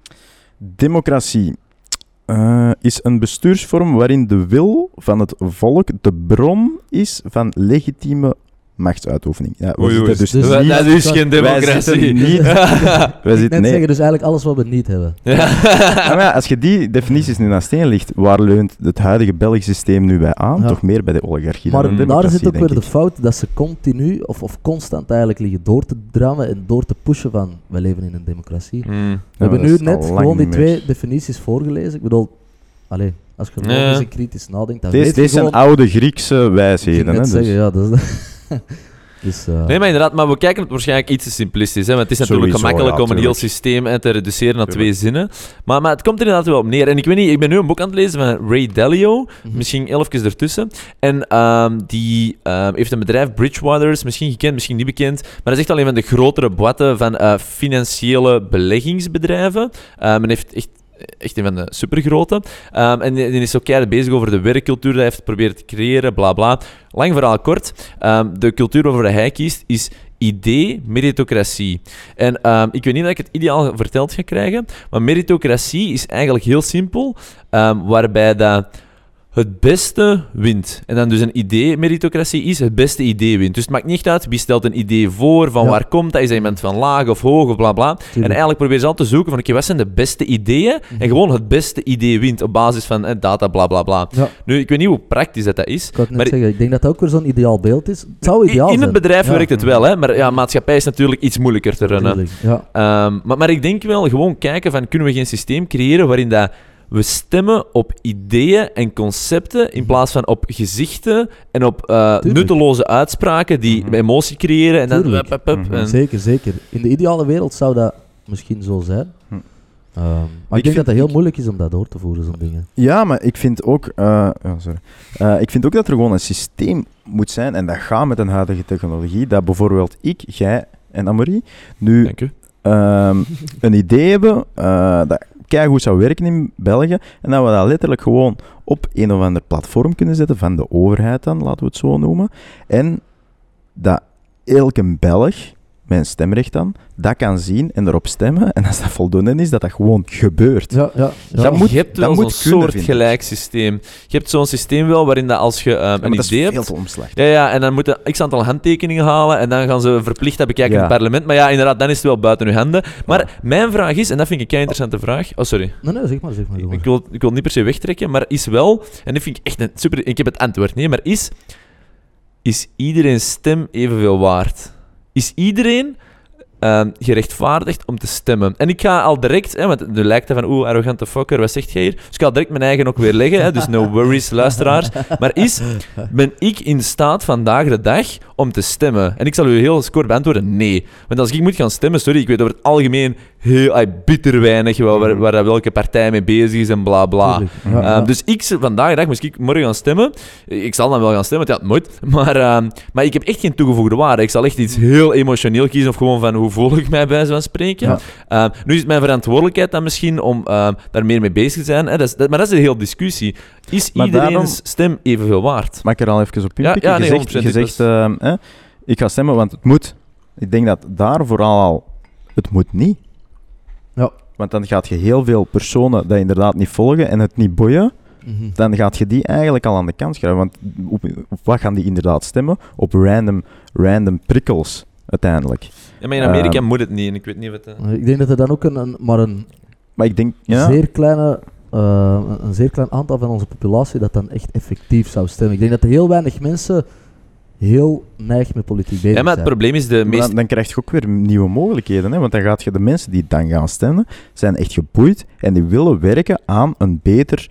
Democratie uh, is een bestuursvorm waarin de wil van het volk de bron is van legitieme machtsuitoefening. Ja, we Oei, oei. zitten dus Dus- niet... Dat is geen Wij democratie. zitten niet... Wij Ik zitten, net nee. zeggen, dus eigenlijk alles wat we niet hebben. Ja. Ah, maar ja, als je die definities nu naast steen ligt, waar leunt het huidige Belgisch systeem nu bij aan? Ja. Toch meer bij de oligarchie Maar dan de daar democratie, zit ook weer denk de ik. fout dat ze continu of, of constant eigenlijk liggen door te drammen en door te pushen van we leven in een democratie. Hmm. We Ja, hebben dat nu is al net lang gewoon die niet meer. twee definities voorgelezen. Ik bedoel, allee, als je Ja. logisch en kritisch nadenkt, dan Deze, weet je deze zijn gewoon... oude Griekse Ik ging wijsheden. Hè, net dus. zeggen, ja, dat is... dus, eh, Nee, maar inderdaad, maar we kijken het waarschijnlijk iets te simplistisch. Hè, want het is natuurlijk Sowieso, gemakkelijk ja, om een heel tuurlijk. systeem hè, te reduceren naar twee Tuurlijk. zinnen. Maar, maar het komt er inderdaad wel op neer. En ik weet niet, ik ben nu een boek aan het lezen van Ray Dalio. mhm. Misschien elfjes ertussen. En ehm, die ehm, heeft een bedrijf, Bridgewaters, misschien gekend, misschien niet bekend. Maar dat is echt al een van de grotere boetten van eh, financiële beleggingsbedrijven. Ehm en heeft echt, echt een van de supergrote. Um, en die, die is ook keihard bezig over de werkcultuur die hij heeft proberen te creëren, bla bla. Lang verhaal kort. Um, de cultuur waarvoor hij kiest is idee, meritocratie. En um, ik weet niet dat ik het ideaal verteld ga krijgen, maar meritocratie is eigenlijk heel simpel, um, waarbij dat het beste wint. En dan dus een idee-meritocratie is het beste idee wint. Dus het maakt niet echt uit wie stelt een idee voor, van Ja. waar komt dat, is dat iemand van laag of hoog of bla bla. En Tuurlijk. eigenlijk probeer je altijd te zoeken van oké, wat zijn de beste ideeën? En gewoon het beste idee wint op basis van eh, data bla bla bla. Ja, Nu, ik weet niet hoe praktisch dat, dat is. ik wou het net Maar zeggen. Ik denk dat dat ook weer zo'n ideaal beeld is. Het zou ideaal in, in zijn. het bedrijf Ja. werkt het wel, hè? Maar ja, maatschappij is natuurlijk iets moeilijker te runnen. Tuurlijk, ja. Ehm, maar, maar ik denk wel gewoon kijken van kunnen we geen systeem creëren waarin dat we stemmen op ideeën en concepten in plaats van op gezichten en op eh, Tuurlijk. nutteloze uitspraken die Mhm. emotie creëren en dan Tuurlijk. up, up, up, Mhm. en- Zeker, zeker. In de ideale wereld zou dat misschien zo zijn. Hm. Ehm, maar ik, Ik denk vind- dat het heel ik- moeilijk is om dat door te voeren, zo'n dingen. Ja, maar ik vind ook... eh, ja, sorry. Eh, ik vind ook dat er gewoon een systeem moet zijn, en dat gaat met een huidige technologie, dat bijvoorbeeld ik, jij en Amory nu Dank u. ehm, een idee hebben uh, dat keigoed zou werken in België, en dat we dat letterlijk gewoon op een of ander platform kunnen zetten, van de overheid dan, laten we het zo noemen, en dat elke Belg, met een stemrecht dan, dat kan zien en erop stemmen, en als dat voldoende is, dat dat gewoon gebeurt. Ja, ja. ja. Dat moet- je hebt dat wel moet zo'n kunnen, soort vind ik. gelijk systeem. Je hebt zo'n systeem wel waarin dat als je ehm, Ja, een maar dat is idee veel hebt... te omslachtig. Ja, ja, en dan moeten x aantal handtekeningen halen en dan gaan ze verplicht dat bekijken Ja. in het parlement. Maar ja, inderdaad, dan is het wel buiten uw handen. Maar mijn vraag is, en dat vind ik een kei interessante vraag... Oh, sorry. Nee, nee, zeg maar, zeg maar. zeg maar. Ik wil, ik wil het niet per se wegtrekken, maar is wel... En dat vind ik echt een super... Ik heb het antwoord, nee, maar is... Is iedereen stem evenveel waard? Is iedereen... ehm, gerechtvaardigd om te stemmen. En ik ga al direct, hè, want nu lijkt het van oeh, arrogante fucker, wat zegt jij hier? Dus ik ga direct mijn eigen ook weer leggen, hè, dus no worries, luisteraars. Maar is, ben ik in staat vandaag de dag om te stemmen? En ik zal u heel kort beantwoorden, nee. Want als ik moet gaan stemmen, sorry, ik weet over het algemeen heel ay, bitter weinig waar, waar, waar welke partij mee bezig is en bla bla. Tuurlijk. Ja, ja. Ehm, dus ik, vandaag de dag moest ik morgen gaan stemmen. Ik zal dan wel gaan stemmen, want ja, het moet. Maar, ehm, maar ik heb echt geen toegevoegde waarde. Ik zal echt iets heel emotioneel kiezen of gewoon van hoe voel ik mij bij wijze van spreken. Ja. Ehm, nu is het mijn verantwoordelijkheid dan misschien om ehm, daar meer mee bezig te zijn. Hè. Dat is, dat, maar dat is een hele discussie. Is Maar iedereen's daarom- stem evenveel waard? Mag ik er al even op Ja, inpikken? ja, nee, je zegt, honderd procent, je ik zegt ehm, hè, ik ga stemmen, want het moet. Ik denk dat daar vooral al... Het moet niet. Ja. Want dan gaat je heel veel personen dat inderdaad niet volgen en het niet boeien. Mhm. Dan gaat je die eigenlijk al aan de kant schuiven. Want op, op wat gaan die inderdaad stemmen? Op random, random prikkels, uiteindelijk. Ja, maar in Amerika Ehm, moet het niet. En ik weet niet wat... dat- Ik denk dat er dan ook een, een, maar een Maar ik denk... Ja, zeer kleine, eh, een, een zeer klein aantal van onze populatie dat dan echt effectief zou stemmen. Ik denk dat er heel weinig mensen heel neig met politiek bezig Ja, maar het zijn. probleem is de maar meest... dan, dan krijg je ook weer nieuwe mogelijkheden. Hè? Want dan gaat je de mensen die dan gaan stemmen, zijn echt geboeid en die willen werken aan een beter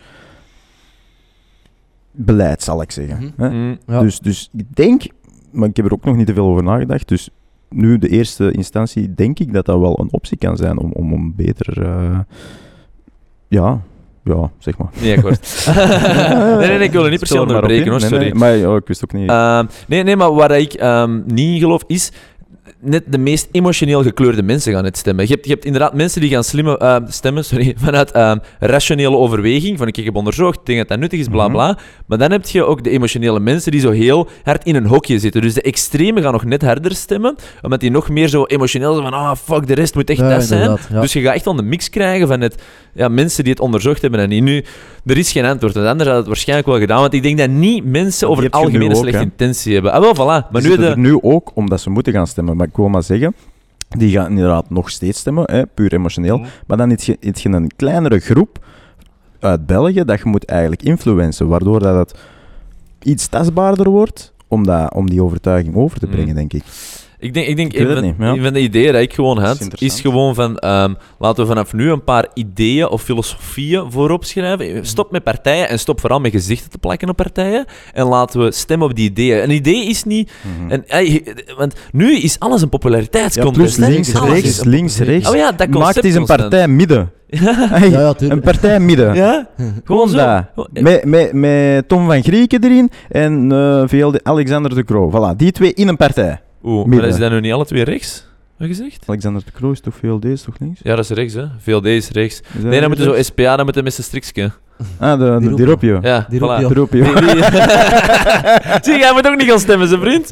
beleid, zal ik zeggen. Mhm. Hè? Mm, Ja. Dus, dus ik denk, maar ik heb er ook nog niet te veel over nagedacht, dus nu de eerste instantie denk ik dat dat wel een optie kan zijn om, om, om beter... eh, ja, ja, zeg maar. Nee, akkoord. nee, nee, nee, ik wil er niet per se Stel er maar op onderbreken, in. hoor, Nee, sorry. nee, maar ja, ik wist ook niet... Ehm, nee, nee, maar waar ik ehm, niet in geloof is... Net de meest emotioneel gekleurde mensen gaan het stemmen. Je hebt, je hebt inderdaad mensen die gaan slimme, ehm, stemmen sorry, vanuit ehm, rationele overweging. Van ik heb onderzocht, ik denk dat dat nuttig is, bla Mhm. bla. Maar dan heb je ook de emotionele mensen die zo heel hard in een hokje zitten. Dus de extremen gaan nog net harder stemmen, omdat die nog meer zo emotioneel zijn van ah, fuck, de rest moet echt Ja, dat zijn. inderdaad, ja. Dus je gaat echt wel een mix krijgen van het, ja, mensen die het onderzocht hebben en niet. Nu, er is geen antwoord. Want anders had het waarschijnlijk wel gedaan. Want ik denk dat niet mensen Maar over die het heb je nu algemeen een ook, slechte hè. intentie hebben. Ah, wel, voilà. Maar Die nu zitten de... er nu ook omdat ze moeten gaan stemmen. Maar ik wil maar zeggen, die gaan inderdaad nog steeds stemmen, hè, puur emotioneel. Mhm. Maar dan heb je, heb je een kleinere groep uit België dat je moet eigenlijk influencen, waardoor dat het iets tastbaarder wordt om, dat, om die overtuiging over te brengen, Mhm. denk ik. Ik denk, ik denk Ik weet een, het van, niet, ja. een van de ideeën dat ik gewoon Dat is had, is, interessant. gewoon van, ehm, laten we vanaf nu een paar ideeën of filosofieën voorop schrijven. Stop met partijen en stop vooral met gezichten te plakken op partijen. En laten we stemmen op die ideeën. Een idee is niet... Mhm. En, ey, want nu is alles een Ja, populariteitscontest. plus hè. links, Alles rechts, is- links, rechts. Oh ja, dat concept Maakt eens een constant. partij midden. Hey, Ja, ja, een tuurlijk. partij midden. Ja? Gewoon zo. dat. Gewoon- Met, met, met Tom van Grieken erin en eh, V L D Alexander de Croo. Voilà, die twee in een partij. Oeh, maar Midden. is dat nu niet alle twee rechts? Wat gezegd? Alexander de Croo is toch V L D, is toch links? Ja, dat is rechts, hè. V L D is rechts. Is dat Nee, dan moeten zo rechts? S P A, dan moeten met zijn strikske. Ah, de, de, die Ropio. Ja, Die voilà. Ropio. De Ropio. Die- die- Zie, jij moet ook niet gaan stemmen, zijn vriend.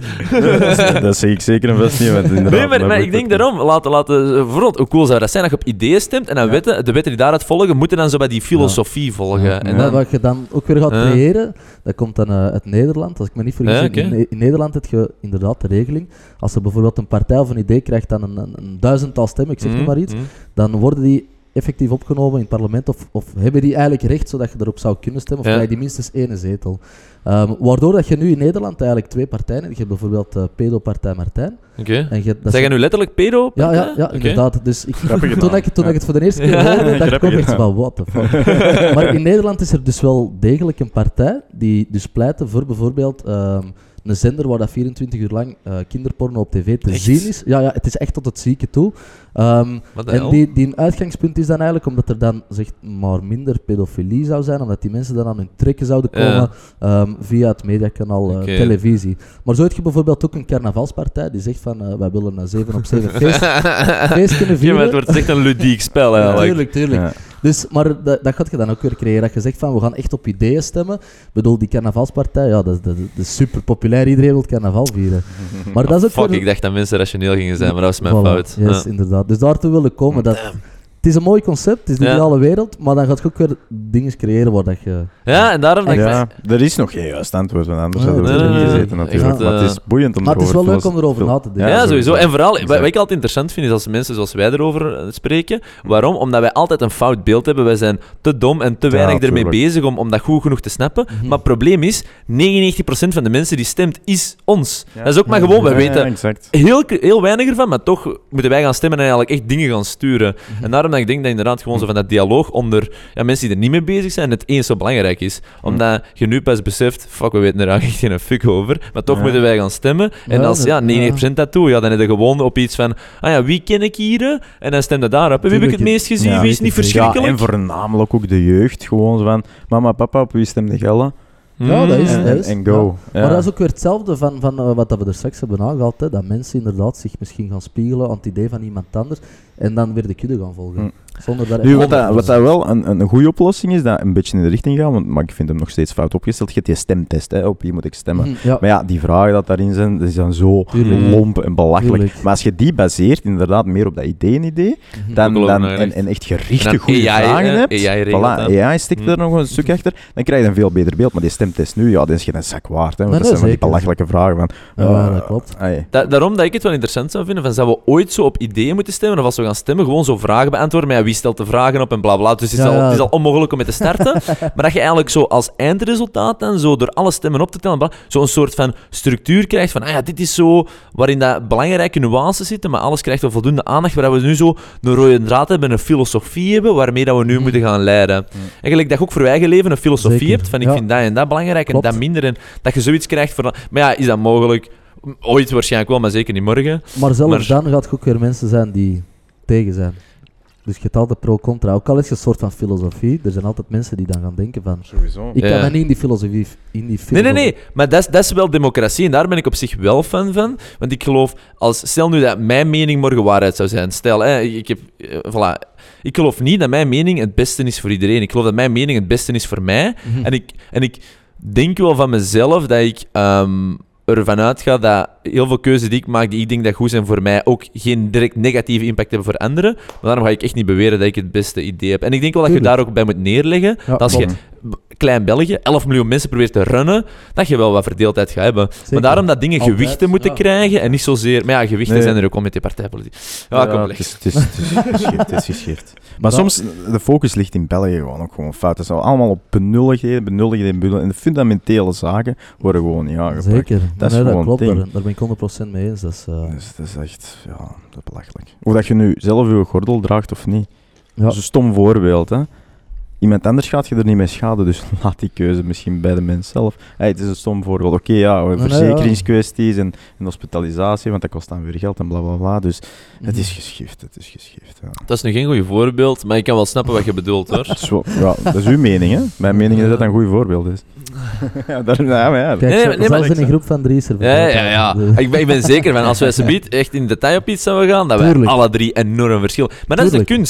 Dat zeg ik zeker en vast niet. Want inderdaad, Nee, maar, dat maar wordt ik denk ook- daarom, laten, laten, bijvoorbeeld, hoe cool zou dat zijn dat je op ideeën stemt en dan wetten, de wetten die daaruit volgen, moeten dan zo bij die filosofie volgen. Ja. En En dan, wat je dan ook weer gaat Ja. creëren, dat komt dan uh, uit Nederland. Als ik me niet vergis, Ja, in- oké. in, in Nederland heb je inderdaad de regeling. Als er bijvoorbeeld een partij of een idee krijgt dan een, een, een duizendtal stemmen, ik zeg nu Mm, maar iets, mm. dan worden die effectief opgenomen in het parlement of, of hebben die eigenlijk recht zodat je erop zou kunnen stemmen of Ja. krijg je minstens één zetel. Um, waardoor dat je nu in Nederland eigenlijk twee partijen hebt. Je hebt bijvoorbeeld uh, Pedo-partij Martijn. Oké. En je, hebt- dat Zeg je zijn- nu letterlijk pedo? Ja, ja, ja Oké. inderdaad. Dus ik, Grappig toen, gedaan. ik, toen Ja. ik het voor de eerste keer Ja. hoorde, dacht ik Grappig ook echt gedaan. van, what the fuck. Maar in Nederland is er dus wel degelijk een partij die dus pleiten voor bijvoorbeeld ehm, een zender waar dat vierentwintig uur lang eh, kinderporno op tv te Echt? zien is. Ja, ja, het is echt tot het zieke toe. Ehm, Wat de en hel? die, die uitgangspunt is dan eigenlijk omdat er dan zeg maar minder pedofilie zou zijn, omdat die mensen dan aan hun trekken zouden Ja. komen ehm, via het mediakanaal eh, Oké. televisie. Maar zo heb je bijvoorbeeld ook een carnavalspartij die zegt van eh, wij willen een zeven op zeven feest, feest kunnen Ja, vieren. maar het wordt echt een ludiek spel eigenlijk. Tuurlijk, tuurlijk. Ja. Dus, maar dat, dat gaat je dan ook weer creëren. Dat je zegt van, we gaan echt op ideeën stemmen. Ik bedoel, die carnavalspartij, ja, dat, is- dat, dat is super populair. Iedereen wil carnaval vieren. Maar dat is ook Fuck, weer- ik dacht dat mensen rationeel gingen zijn, maar dat was mijn Voilà, fout. Yes, Ja. inderdaad. Dus daartoe willen komen. Dat, het is een mooi concept, het is de Ja. ideale wereld, maar dan gaat je ook weer dingen creëren waar dat je... Ja, en daarom dat ik... Ja, er is nog geen juist antwoord, want anders Nee, hadden we nee, er niet nee, gezeten nee. natuurlijk. Echt, Maar het eh, is boeiend om Maar het is erover wel leuk te om erover veel- na te denken. Ja, sowieso. En vooral, wat, Exact. wat ik altijd interessant vind, is als mensen zoals wij erover eh, spreken. Waarom? Omdat wij altijd een fout beeld hebben. Wij zijn te dom en te Ja, weinig ermee tuurlijk. bezig om, om dat goed genoeg te snappen. Mhm. Maar het probleem is, negenennegentig procent van de mensen die stemt, is ons. Ja. Dat is ook maar Ja, gewoon, wij Ja, ja, weten exact. heel, heel weinig ervan, maar toch moeten wij gaan stemmen en eigenlijk echt dingen gaan sturen. En daarom dat ik denk dat inderdaad gewoon zo van dat dialoog onder ja, mensen die er niet mee bezig zijn, het eens zo belangrijk is. Omdat je nu pas beseft, fuck, we weten er eigenlijk geen fuck over, maar toch Ja. moeten wij gaan stemmen. En Ja, als dat- ja, negentig procent dat doet, ja, dan heb je gewoon op iets van, ah ja, wie ken ik hier? En dan stem je daarop. En wie heb ik het Tuurlijk, meest gezien? ja. Wie is niet Ja, Ja, verschrikkelijk? en voornamelijk ook de jeugd. Gewoon zo van, mama, papa, op wie stemde Gelle? Ja, dat is- Mm. En, dat en, en go. Ja. Maar dat is ook weer hetzelfde van, van eh, wat dat we er straks hebben aangehaald. Hè, dat mensen inderdaad zich misschien gaan spiegelen aan het idee van iemand anders en dan weer de kudde gaan volgen. Hm. Zonder daar Nu, echt wat dat, wat dat honderd wel een, een, een goede oplossing is, dat een beetje in de richting gaat, want, maar ik vind hem nog steeds fout opgesteld. Je hebt die stemtest, hè, op wie moet ik stemmen. procent. Ja, Maar ja, die vragen dat daarin zijn, dat is dan zo Tuurlijk. lomp en belachelijk. Tuurlijk. Maar als je die baseert inderdaad meer op dat idee-idee, Mhm. dan, Ook wel dan, belangrijk. en, en echt gerichte En dan goede A I, vragen hè, hebt, A I regelt voilà, dat. A I stikt Hm. er nog een stuk achter, dan krijg je een veel beter beeld. Maar die stemtest nu, ja, dat is geen zak waard. Hè, want Nee, dat nee, zijn van die zeker. belachelijke vragen. Van, Ja, eh, dat klopt. ai. Da- daarom dat ik het wel interessant zou vinden, van, zouden we ooit zo op ideeën moeten stemmen, of als we gaan stemmen, gewoon zo vragen beantwoorden, maar ja, wie stelt de vragen op en bla bla. Dus het is, Ja, al, ja. het is al onmogelijk om mee te starten. Maar dat je eigenlijk zo als eindresultaat dan, zo door alle stemmen op te tellen, bla, zo een soort van structuur krijgt van, ah ja, dit is zo, waarin dat belangrijke nuances zitten, maar alles krijgt wel voldoende aandacht, waar we nu zo een rode draad hebben, een filosofie hebben, waarmee dat we nu Mm. moeten gaan leiden. En gelijk dat je ook voor je eigen leven een filosofie Zeker. hebt, van ik Ja. vind dat en dat belangrijk Klopt. en dat minder, en dat je zoiets krijgt voor... Maar ja, is dat mogelijk? Ooit waarschijnlijk wel, maar zeker niet morgen. Maar zelfs Maar- dan gaat het ook weer mensen zijn die tegen zijn. Dus je hebt altijd pro-contra. Ook al is het een soort van filosofie, er zijn altijd mensen die dan gaan denken van... Sowieso. Ik kan Ja. me niet in die filosofie... In die Nee, filosofie. nee, nee. Maar dat is, dat is wel democratie en daar ben ik op zich wel fan van. Want ik geloof, als, stel nu dat mijn mening morgen waarheid zou zijn. Stel, hè, ik, heb, eh, voilà. Ik geloof niet dat mijn mening het beste is voor iedereen. Ik geloof dat mijn mening het beste is voor mij. Mhm. En, ik, en ik denk wel van mezelf dat ik ehm, ervan uitga dat heel veel keuzes die ik maak, die ik denk dat goed zijn voor mij, ook geen direct negatieve impact hebben voor anderen. Maar daarom ga ik echt niet beweren dat ik het beste idee heb. En ik denk wel dat je Tuurlijk. daar ook bij moet neerleggen. Ja, dat als je klopt. b- klein België, elf miljoen mensen probeert te runnen, dat je wel wat verdeeldheid gaat hebben. Maar daarom dat dingen Altijd, gewichten moeten ja. krijgen en niet zozeer... Maar ja, gewichten Nee. zijn er ook al met die partijpolitiek. Ja, Ja, het complex. is, het is, het is geschikt, het is geschikt. Maar Dat- soms, de focus ligt in België gewoon ook gewoon fout. Het is allemaal op benulligheden, benulligheden, benulligheden. En de fundamentele zaken worden gewoon niet aangepakt. Zeker. Dat is nee, dat gewoon klopt. ding. Daar, daar ben ik honderd procent mee eens. Dat is, eh, Dus dat is echt, ja, dat is belachelijk. Of dat je nu zelf je gordel draagt of niet. ja. Dat is een stom voorbeeld, hè. Iemand anders gaat je er niet mee schaden, dus laat die keuze misschien bij de mens zelf. Hey, het is een stom voorbeeld. Oké, ja, nee, verzekeringskwesties en, en hospitalisatie, want dat kost dan weer geld en bla bla bla. Dus het is geschift, het is geschift. Ja. Dat is nu geen goed voorbeeld, maar ik kan wel snappen wat je bedoelt, hoor. Dat is wel- ja, dat is uw mening, hè? Mijn mening is dat dat een goed voorbeeld is. ja, daar, ja, maar ja. Kijk, Nee, zelfs nee, maar- in een groep van drie is er Ja, verteld, ja, ja. hè. Ik ben, ik ben zeker van, als wij subiet echt in detail op iets zouden gaan, dat wij Tuurlijk. alle drie enorm verschil. Maar dat is de Tuurlijk. kunst.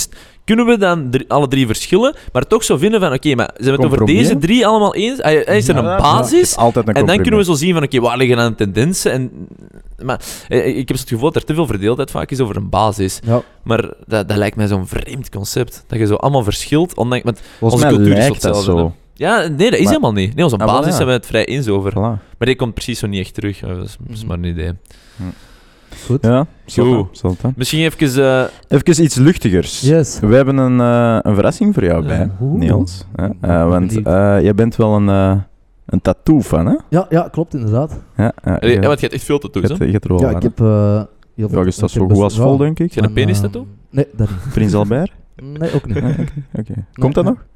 Kunnen we dan drie, alle drie verschillen, maar toch zo vinden van, oké, okay, maar zijn we het over Compromis? deze drie allemaal eens? Ah, Is er een Ja, basis? ja, altijd een En dan kunnen we compromis. zo zien van, oké, okay, waar liggen dan de tendensen? En, maar eh, ik heb het gevoel dat er te veel verdeeldheid vaak is over een basis. Ja. Maar dat, dat lijkt mij zo'n vreemd concept. Dat je zo allemaal verschilt, ondanks... Want Volgens onze mij cultuur is lijkt dat hetzelfde, zo. ja, nee, dat is Maar- helemaal niet. Nee, onze Ah, wel, basis ja. hebben we het vrij eens over. Voilà. Maar die komt precies zo niet echt terug. Ja, dat is, dat is maar een idee. Goed. Ja, zo. Goed. Zal het, hè? Misschien even... eh, Even iets luchtigers. Yes. We hebben een, eh, een verrassing voor jou bij, Oeh. Niels. Hè? Ik ben Eh, want benieuwd. eh, jij bent wel een, eh, een tattoo-fan, hè? Ja, ja, klopt inderdaad. Ja, ja, eh, je- ja, want je hebt echt veel tattoos, je hè? hebt- je hebt er wel Ja, aan, ik hè? heb... eh heel veel- Ja, je staat ik zo heb goed best- als ja. vol, denk ik. Heb je een En, penis eh, tattoo? Nee, dat niet. Prins Albert? Nee, ook niet. Nee, Oké. oké. Komt dat nee. nog?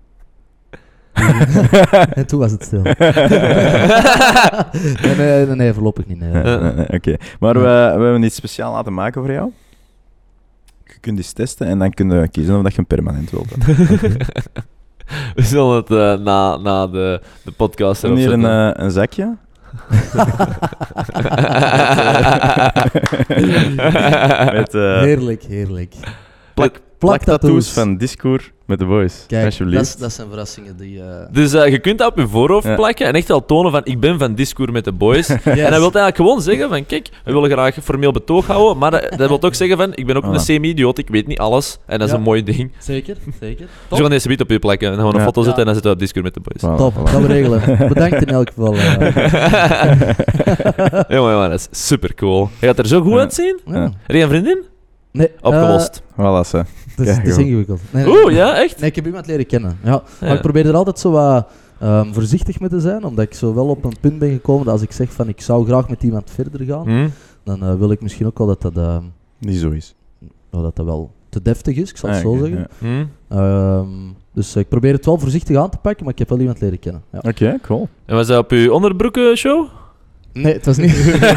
En toen was het stil. nee, nee, nee, nee, voorlopig niet. Nee. Nee, Eh. nee, nee, Oké. Maar we, we hebben iets speciaal laten maken voor jou. Je kunt eens testen en dan kun je kiezen of dat je hem permanent wilt. We zullen het eh, na, na de, de podcast We hebben erop hier een, zetten. eh, een zakje. Met eh Heerlijk, heerlijk. plak, plaktattoos van Discord met de boys. Kijk, dat, Alsjeblieft. is- dat zijn verrassingen die... eh Dus eh, je kunt dat op je voorhoofd Ja. plakken en echt wel tonen van ik ben van Discord met de boys. En dat wil eigenlijk gewoon zeggen van kijk, we willen graag formeel betoog houden, maar dat, dat wil ook zeggen van ik ben ook Voilà. een semi-idioot, ik weet niet alles. En dat is Ja. een mooi ding. Zeker, zeker. Dus we gaan deze beat op je plakken en dan gaan we een Ja. foto zetten Ja. en dan zitten we op Discord met de boys. Voilà, Top, voilà. dat we regelen. Bedankt in elk geval. eh. Jongen, jongen, dat is super cool. Je gaat er zo goed Ja. uitzien. Ja. Ja. Heb je een vriendin? Nee, Opgelost. Voilà, ze. eh, het is, Ja, het is gewoon. ingewikkeld. Nee, nee. Oeh, ja, echt? Nee, ik heb iemand leren kennen. Ja. Maar Ja. ik probeer er altijd zo wat ehm, voorzichtig mee te zijn, omdat ik zo wel op een punt ben gekomen dat als ik zeg van ik zou graag met iemand verder gaan, Hm? dan eh, wil ik misschien ook wel dat dat, ehm, Niet zo is. nou, dat, dat wel te deftig is, ik zal het Ah, zo oké, zeggen. ja. Hm? Ehm, dus eh, ik probeer het wel voorzichtig aan te pakken, maar ik heb wel iemand leren kennen. Ja. Oké, cool. En was dat op je onderbroeken show? Nee, het was niet.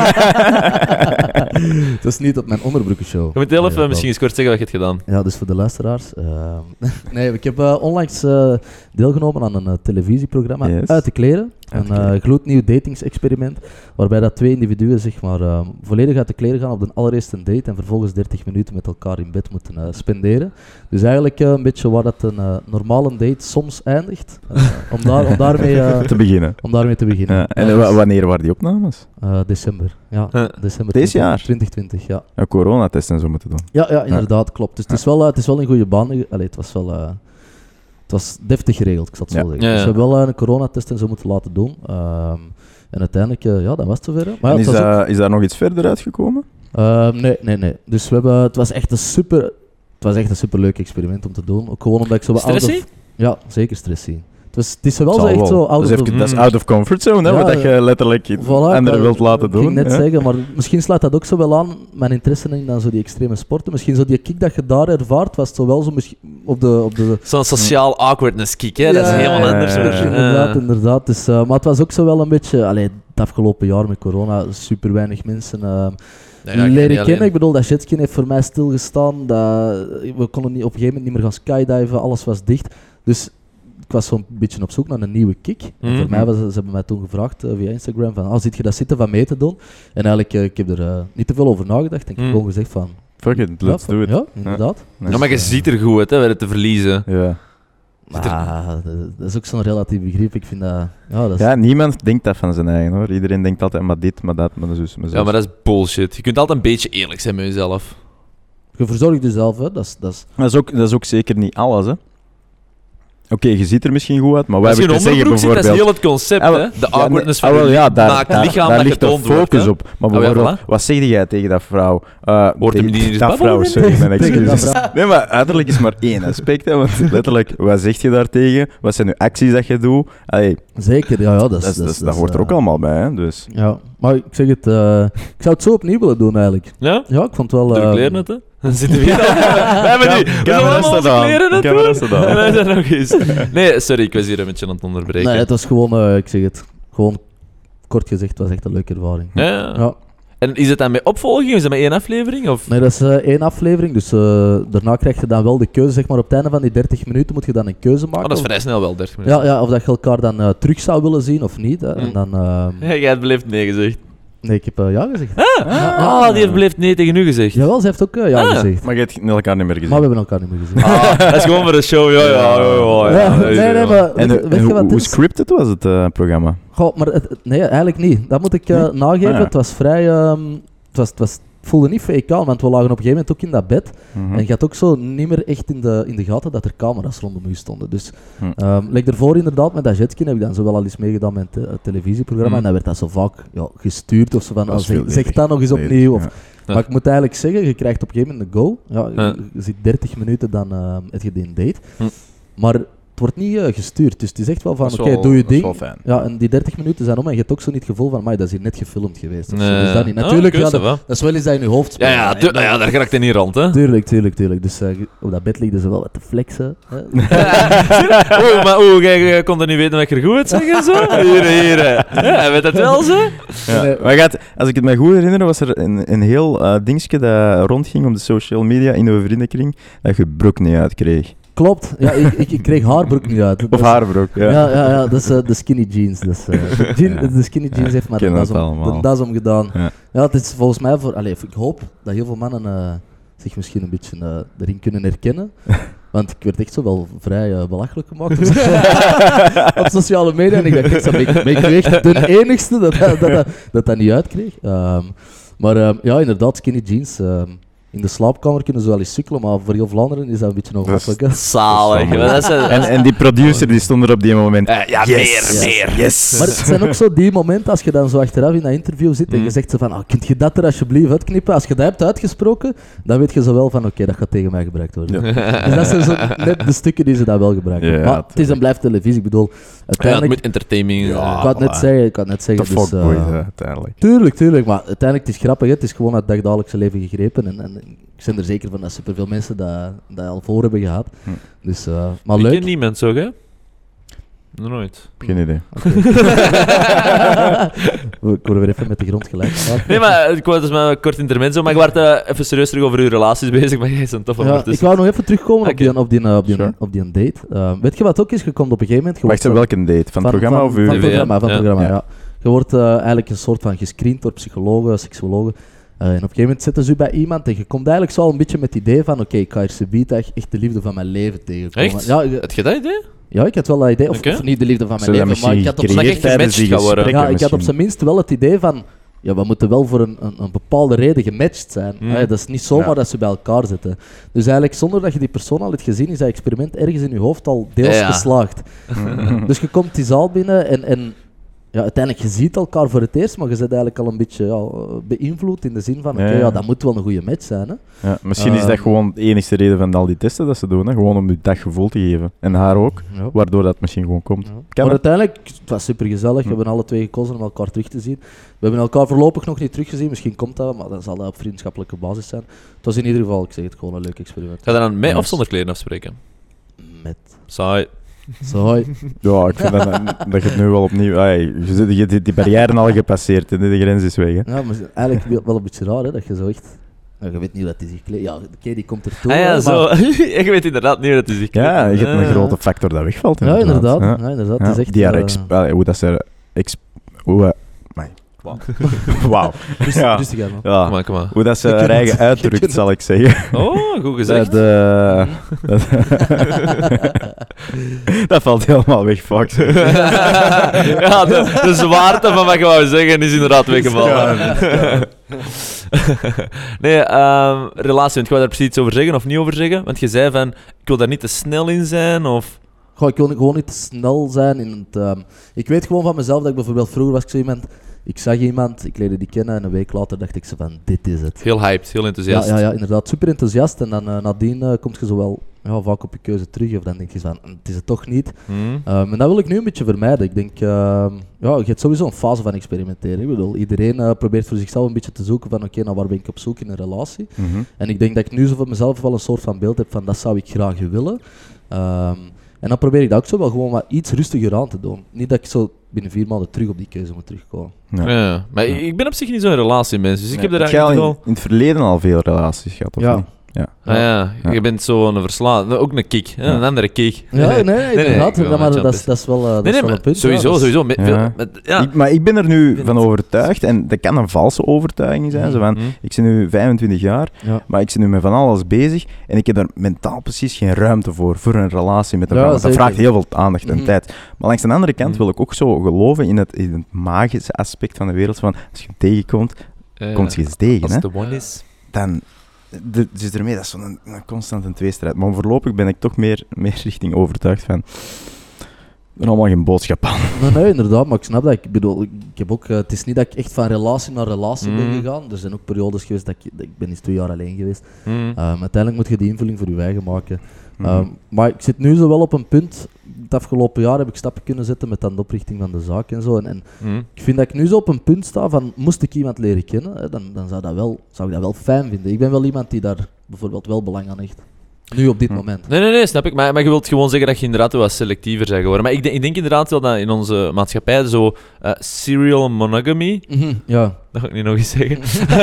Het was niet op mijn onderbroekenshow. Je moet heel Nee, even dat misschien eens kort zeggen wat je hebt gedaan. Ja, dus voor de luisteraars. ehm, nee, ik heb eh, onlangs eh, deelgenomen aan een eh, televisieprogramma Yes. Uit de Kleren. Uit de Een Kleren. eh, gloednieuw datingsexperiment. Waarbij dat twee individuen zeg maar, ehm, volledig uit de kleren gaan op de allereerste date. En vervolgens dertig minuten met elkaar in bed moeten eh, spenderen. Dus eigenlijk eh, een beetje waar dat een eh, normale date soms eindigt. Eh, om, daar, om, daarmee, eh, Te beginnen. om daarmee te beginnen. Ja, en Ja, wa- dus, wanneer waren die opnames? eh, december. Ja, Eh, december Deze twintig jaar? twintig twintig, ja. Ja, coronatest en zo moeten doen. Ja, ja, inderdaad, klopt. Dus het is wel, eh, het is wel in goede banen. Allee, het was wel... eh, het was deftig geregeld, ik zal het Ja. zo zeggen. Ja, Dus ja. we hebben wel eh, een coronatest en zo moeten laten doen. Ehm, en uiteindelijk, eh, ja, dat was het zover. hè. Maar ja, En het is, was ook- dat, is daar nog iets verder uitgekomen? Ehm, nee, nee, nee. Dus we hebben, het was echt een super... Het was echt een superleuk experiment om te doen. Ook gewoon omdat ik zo wat out of- Stressy? Ja, zeker stressy. Het, was, het is wel zo Zal echt wel. zo out dat, is of even, the- dat is Mm. out of comfort zone, hè, Ja, wat dat je letterlijk Voilà, anderen dat- wilt laten Ik doen. ging net hè. zeggen, maar misschien sluit dat ook zo wel aan mijn interesse in dan zo die extreme sporten. Misschien zo die kick dat je daar ervaart, was het zo wel zo misschien op de... Op de Zo'n sociaal awkwardness kick, hè? Dat is Ja, helemaal ja, anders. ja, hoor. ja. Inderdaad, Eh, inderdaad. Dus, eh, maar het was ook zo wel een beetje... Allee, het afgelopen jaar met corona, super weinig mensen eh, nou ja, ik ben leren niet kennen. alleen. Ik bedoel, dat jetski heeft voor mij stilgestaan. Dat, we konden niet, op een gegeven moment niet meer gaan skydiven, alles was dicht. Dus ik was zo'n beetje op zoek naar een nieuwe kick. En Mhm. voor mij was, ze hebben mij toen gevraagd eh, via Instagram van, ah, zit je dat zitten van mee te doen? En eigenlijk, eh, ik heb er eh, niet te veel over nagedacht. En ik heb Mhm. gewoon gezegd van... Fuck it, ja, let's van- do it. Ja, inderdaad. Nice. Ja, maar je ziet er goed uit, hè, bij het te verliezen. Ja. Zit er- Maar dat- dat is ook zo'n relatief begrip. Ik vind dat... Ja, dat is, Ja, niemand denkt dat van zijn eigen hoor. Iedereen denkt altijd maar dit, maar dat, maar zus, maar zus. Ja, maar dat is bullshit. Je kunt altijd een beetje eerlijk zijn met jezelf. Je verzorgt jezelf, hè. Dat is... Dat is Dat is ook, dat is ook zeker niet alles, hè. Oké, je ziet er misschien goed uit, maar wij Als je hebben een te zeggen onderbroek ziet, dat is bijvoorbeeld... heel het concept, Ah, wel- hè? De Ja, awkwardness nee, van ah, wel, je ja, daar, naakt daar, lichaam daar dat ligt de getoond wordt, focus hè. op. Maar Ah, ja, bijvoorbeeld, voilà. wat zeg jij tegen dat vrouw? Uh, Hoort hem tegen niet eens dat babbelen vrouw, met sorry, mijn Tegen dat excuses. vrouw. Nee, maar uiterlijk is maar één aspect, hè, want letterlijk, wat zeg je daartegen? Wat zijn nu acties dat je doet? Allee, Zeker, ja, ja. Dat, is, dat, is- dat, is- dat hoort er eh, ook allemaal bij, hè, dus... Ja, maar ik zeg het... eh, ik zou het zo opnieuw willen doen, eigenlijk. Ja? Ja, ik vond het wel... Doe de eh, kleren het, hè? Dan zitten we hier al. We hebben nu... We zijn camera allemaal onze staat aan. kleren het Camera doen. staat aan. En wij zijn nog eens... Nee, sorry, ik was hier een beetje aan het onderbreken. Nee, het was gewoon... eh, ik zeg het... Gewoon kort gezegd, het was echt een leuke ervaring. Ja, ja. Ja. En is het dan met opvolging? Is het met één aflevering? Of? Nee, dat is eh, één aflevering, dus eh, daarna krijg je dan wel de keuze, zeg maar op het einde van die dertig minuten moet je dan een keuze maken. Oh, dat is of, vrij snel wel, dertig minuten. ja, ja, of dat je elkaar dan eh, terug zou willen zien of niet. Hè. En Hm. dan, ehm, Ja, jij hebt beleefd nee gezegd. Nee, ik heb uh, ja gezegd. Ah, Ja, ah, ja. die heeft beleefd nee tegen u gezegd. Jawel, ze heeft ook uh, ja Ah. gezegd. Maar je hebt elkaar niet meer gezien. Maar we hebben elkaar niet meer gezien. Ah, dat is gewoon voor de show, ja, ja, ja. ja, Ja, ja, nee, nee, maar En, weet, eh, weet en je hoe, wat hoe het is? scripted was het uh, programma? Goh, maar het, het- nee, eigenlijk niet. Dat moet ik uh, Nee? nageven. Ah, ja. Het was vrij... ehm, het, was, het, was, het voelde niet fake aan, want we lagen op een gegeven moment ook in dat bed. Mhm. En je had ook zo niet meer echt in de, in de gaten dat er camera's rondom u stonden. Dus Hm. um, like ervoor inderdaad, met dat jetski heb ik dan zo wel al eens meegedaan met een te- televisieprogramma. Hm. En dan werd dat zo vaak ja, gestuurd of zo van, Dat ah, is zeg, veel zeg dat nog eens Nee, opnieuw. Of, ja. Ja. Maar ik moet eigenlijk zeggen, je krijgt op een gegeven moment een go. Ja, je, Ja. je zit dertig minuten, dan uh, heb je die een date. Hm. Maar het wordt niet uh, gestuurd. Dus het is echt wel van, Dat is oké, wel- doe je dat is ding. wel fijn. Ja, en die dertig minuten zijn om en je hebt ook zo niet het gevoel van, maar dat is hier net gefilmd geweest. of zo. Nee. Dus dat niet. Ah, Natuurlijk, oké, ja, ça dat, va. dat is wel eens dat in je hoofd Ja, speelt. ja, hè. tu- ja, daar raakt hij niet rond, hè. Tuurlijk, tuurlijk, tuurlijk. Dus uh, op dat bed liggen ze wel wat te flexen. Hè. Oeh, maar oeh, jij, jij kon er niet weten wat ik er goed uit zeg en zo. Hier, hier. hè. Ja, hij weet het wel, zo. Ja. Nee. Maar gaat, als ik het me goed herinner, was er een, een heel uh, dingetje dat rondging op de social media in de vriendenkring, dat je broek niet uitkreeg. Klopt. Ja, ik, ik, ik kreeg haar broek niet uit. Dat Of is- haarbroek, ja. Ja, ja, ja, dat is uh, de skinny jeans. Dat is, uh, de, jean- Ja. de skinny jeans Ja, heeft maar ik de ken das, dat om, allemaal. de das om gedaan. Ja. Ja, het is volgens mij voor... Allez, ik hoop dat heel veel mannen uh, zich misschien een beetje uh, erin kunnen herkennen. Want ik werd echt zo wel vrij uh, belachelijk gemaakt op, op sociale media. En ik dacht echt zo, ben ik, ben ik nu echt de enigste dat dat, dat, dat, dat, dat niet uitkreeg. Um, maar um, ja, inderdaad, skinny jeans. Um, in de slaapkamer kunnen ze wel eens sukkelen, maar voor heel Vlaanderen is dat een beetje Dat is- ongemakkelijk. hè. Zalig. Dat is Dat is, dat is- En, en die producer die stond er op die moment. Eh, ja, Yes, meer, yes, meer. yes. Maar het zijn ook zo die momenten als je dan zo achteraf in dat interview zit en Mm. je zegt zo van, ah, kunt je dat er alsjeblieft uitknippen? Als je dat hebt uitgesproken, dan weet je zo wel van, oké, dat gaat tegen mij gebruikt worden. Dus dat zijn zo net de stukken die ze dan wel gebruiken. Ja, maar het is tuurlijk. en blijft televisie. Ik bedoel, Ja, het uiteindelijk... moet entertaining. Ja. ik kan het net voilà. zeggen, ik kan het net De zeggen. Dus, fuckboy, eh, uiteindelijk. tuurlijk, tuurlijk. Maar uiteindelijk, het is grappig. Hè. Het is gewoon uit het dagdagelijkse leven gegrepen. En, en ik ben er zeker van dat superveel mensen dat, dat al voor hebben gehad. Hm. Dus, uh, maar Ik leuk. ken niemand zo, hè? Nooit. Geen idee. Ik word weer even met de grond gelijk gemaakt. Nee, maar ik wou dus maar een kort intermezzo, maar ik werd uh, even serieus terug over uw relaties bezig, maar jij is een toffe Ja, ondertussen. ik wou nog even terugkomen op, Oké. die, op, die, uh, op, die, Sure. op die date. Uh, weet je wat ook is? Je komt op een gegeven moment... je Wacht, wordt, welke date? Van het programma van, of uw... Van het T V, programma, van het ja. programma, ja. Ja. Je wordt uh, eigenlijk een soort van gescreend door psychologen, seksuologen. Uh, en op een gegeven moment zetten ze u bij iemand en je komt eigenlijk zo al een beetje met het idee van oké, okay, ik ga hier subiet echt echt de liefde van mijn leven tegenkomen. Echt? Ja, je- Heb je dat idee? ja, ik had wel dat idee. Of, Oké. of niet de liefde van mijn Ze dat leven, maar ik had op Dat gecreëerd echt een tijdens die match gaat worden. gesprekken ja, ik had op misschien. zijn minst wel het idee van, ja, we moeten wel voor een, een, een bepaalde reden gematcht zijn. Mm. Allee, dat is niet zomaar Ja. dat ze bij elkaar zitten. Dus eigenlijk zonder dat je die persoon al hebt gezien, is dat experiment ergens in je hoofd al deels Ja, ja. geslaagd. Dus je komt die zaal binnen en, en ja, uiteindelijk, je ziet elkaar voor het eerst, maar je bent eigenlijk al een beetje ja, beïnvloed in de zin van, oké, Ja, ja, ja. dat moet wel een goede match zijn. Hè? Ja, misschien is dat Ehm. gewoon de enige reden van al die testen dat ze doen. Hè? Gewoon om je dat gevoel te geven. En haar ook, Ja. waardoor dat misschien gewoon komt. Ja. Kan Maar het? uiteindelijk, het was super gezellig. We Hm. hebben alle twee gekozen om elkaar terug te zien. We hebben elkaar voorlopig nog niet teruggezien. Misschien komt dat, maar dat zal dat op vriendschappelijke basis zijn. Het was in ieder geval, ik zeg het, gewoon een leuk experiment. Ga je dan met of Nice. zonder kleren afspreken? Met. Saai. Zo, hoi. Ja, ik vind dat, dat je het nu wel opnieuw... Ai, je zit je hebt die barrière al gepasseerd en de grens is weg. Hè? Ja, maar eigenlijk wel- wel een beetje raar, hè, dat je zo echt... Ja, je weet niet hoe dat hij zich kleedt. Ja, oké, die komt ertoe. Ah ja, hè, zo. maar- Je weet inderdaad niet hoe dat is. Ja, je hebt een Ah. grote factor dat wegvalt. Ja, inderdaad. Ja. Ja, inderdaad. Ja, Het is echt... die haar eh, ex- allee, hoe dat ze... Ex, hoe, eh, amai. Wauw. rustig, Ja. rustig aan, man. Kom Ja. maar, kom maar. Hoe dat ze Je haar kunt eigen het. Je uitdrukt, kunt zal ik zeggen. Oh, goed gezegd. Dat, eh, dat, dat valt helemaal weg, fuck. Ja, de, de zwaarte van wat je wou zeggen is inderdaad weggevallen. Nee, ehm, relatie, want ik wou daar precies iets over zeggen of niet over zeggen? Want je zei van, ik wil daar niet te snel in zijn, of... Goh, ik wil gewoon niet te snel zijn in het... ehm, ik weet gewoon van mezelf dat ik bijvoorbeeld vroeger was ik zo iemand... Ik zag iemand, ik leerde die kennen en een week later dacht ik zo van, dit is het. Heel hyped, heel Ja, enthousiast. ja, ja, inderdaad. Super enthousiast. En dan uh, nadien uh, kom je zo wel ja, vaak op je keuze terug. Of dan denk je van, "Hm, het is het toch niet. Hmm. Um, en dat wil ik nu een beetje vermijden. Ik denk, ehm, ja, je hebt sowieso een fase van experimenteren. Ik bedoel, iedereen uh, probeert voor zichzelf een beetje te zoeken van, oké, nou waar ben ik op zoek in een relatie? Mhm. En ik denk dat ik nu zo voor mezelf wel een soort van beeld heb van, dat zou ik graag willen. Um, en dan probeer ik dat ook zo wel gewoon wat iets rustiger aan te doen. Niet dat ik zo binnen vier maanden terug op die keuze moet terugkomen. Ja. Ja, maar ik ik ben op zich niet zo'n relatiemens, dus ik Nee, heb er heb jij al eigenlijk in, wel... in het verleden al veel relaties gehad, of Ja. niet? Ja. Ah, ja. Ja. Je bent zo een verslaafd. Ook een kick. Hè? Ja. Een andere kick. Ja, nee, nee, nee, inderdaad. ik wil Ja, maar met dat, is- Champions. dat is wel, eh, dat Nee, is nee, wel maar een punt. sowieso, ja, dus- sowieso. Met Ja. veel- met- ja. Ik, maar ik ben er nu vind van het- overtuigd, en dat kan een valse overtuiging zijn. Zo van, Hm. ik ben nu vijfentwintig jaar, Ja. maar ik ben nu met van alles bezig en ik heb daar mentaal precies geen ruimte voor, voor een relatie met een Ja, vrouw. Want dat zeker. vraagt heel veel aandacht en Mhm. tijd. Maar langs de andere kant Mhm. wil ik ook zo geloven in het, in het magische aspect van de wereld. Van, als je hem tegenkomt, Eh, komt je eens tegen. Als Hè? de one is. Dan de, dus ermee, dat is zo'n een, een constante tweestrijd. Maar voorlopig ben ik toch meer, meer richting overtuigd van, er allemaal geen boodschap aan. Nee, nee, inderdaad, maar ik snap dat. Ik bedoel, ik heb ook, eh, het is niet dat ik echt van relatie naar relatie ben Mm. gegaan. Er zijn ook periodes geweest dat ik, dat ik ben eens twee jaar alleen geweest. Hm. Um, uiteindelijk moet je die invulling voor je eigen maken. Mhm. Um, maar ik zit nu zo wel op een punt. Het afgelopen jaar heb ik stappen kunnen zetten met dan de oprichting van de zaak en zo. En, en Hm. ik vind dat ik nu zo op een punt sta van, moest ik iemand leren kennen, hè, dan, dan zou, dat wel, zou ik dat wel fijn vinden. Ik ben wel iemand die daar bijvoorbeeld wel belang aan hecht. Nu op dit Hm. moment. Nee, nee, nee, snap ik. Maar, maar je wilt gewoon zeggen dat je inderdaad wel wat selectiever bent geworden. Maar ik, denk- ik denk inderdaad wel dat in onze maatschappij zo eh, serial monogamy... Mhm, ja. Dat ga ik niet nog eens zeggen.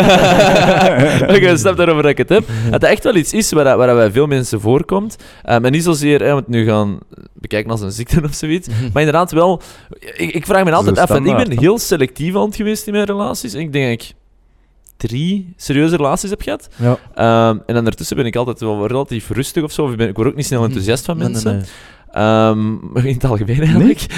Oké, snap daarover dat ik het heb. Dat dat echt wel iets is waar, dat- waar dat bij veel mensen voorkomt. Um, en niet zozeer, hè, we het nu gaan bekijken als een ziekte of zoiets. Maar inderdaad wel... Ik, ik vraag me altijd Zo af, want ik standaard, ben hè? heel selectief aan het geweest in mijn relaties. En ik denk dat ik drie serieuze relaties heb gehad. Ja. Um, en dan daartussen ben ik altijd wel relatief rustig of zo. Of ik, ben, ik word ook niet snel enthousiast van Nee, nee, mensen. nee. Ehm, in het algemeen eigenlijk.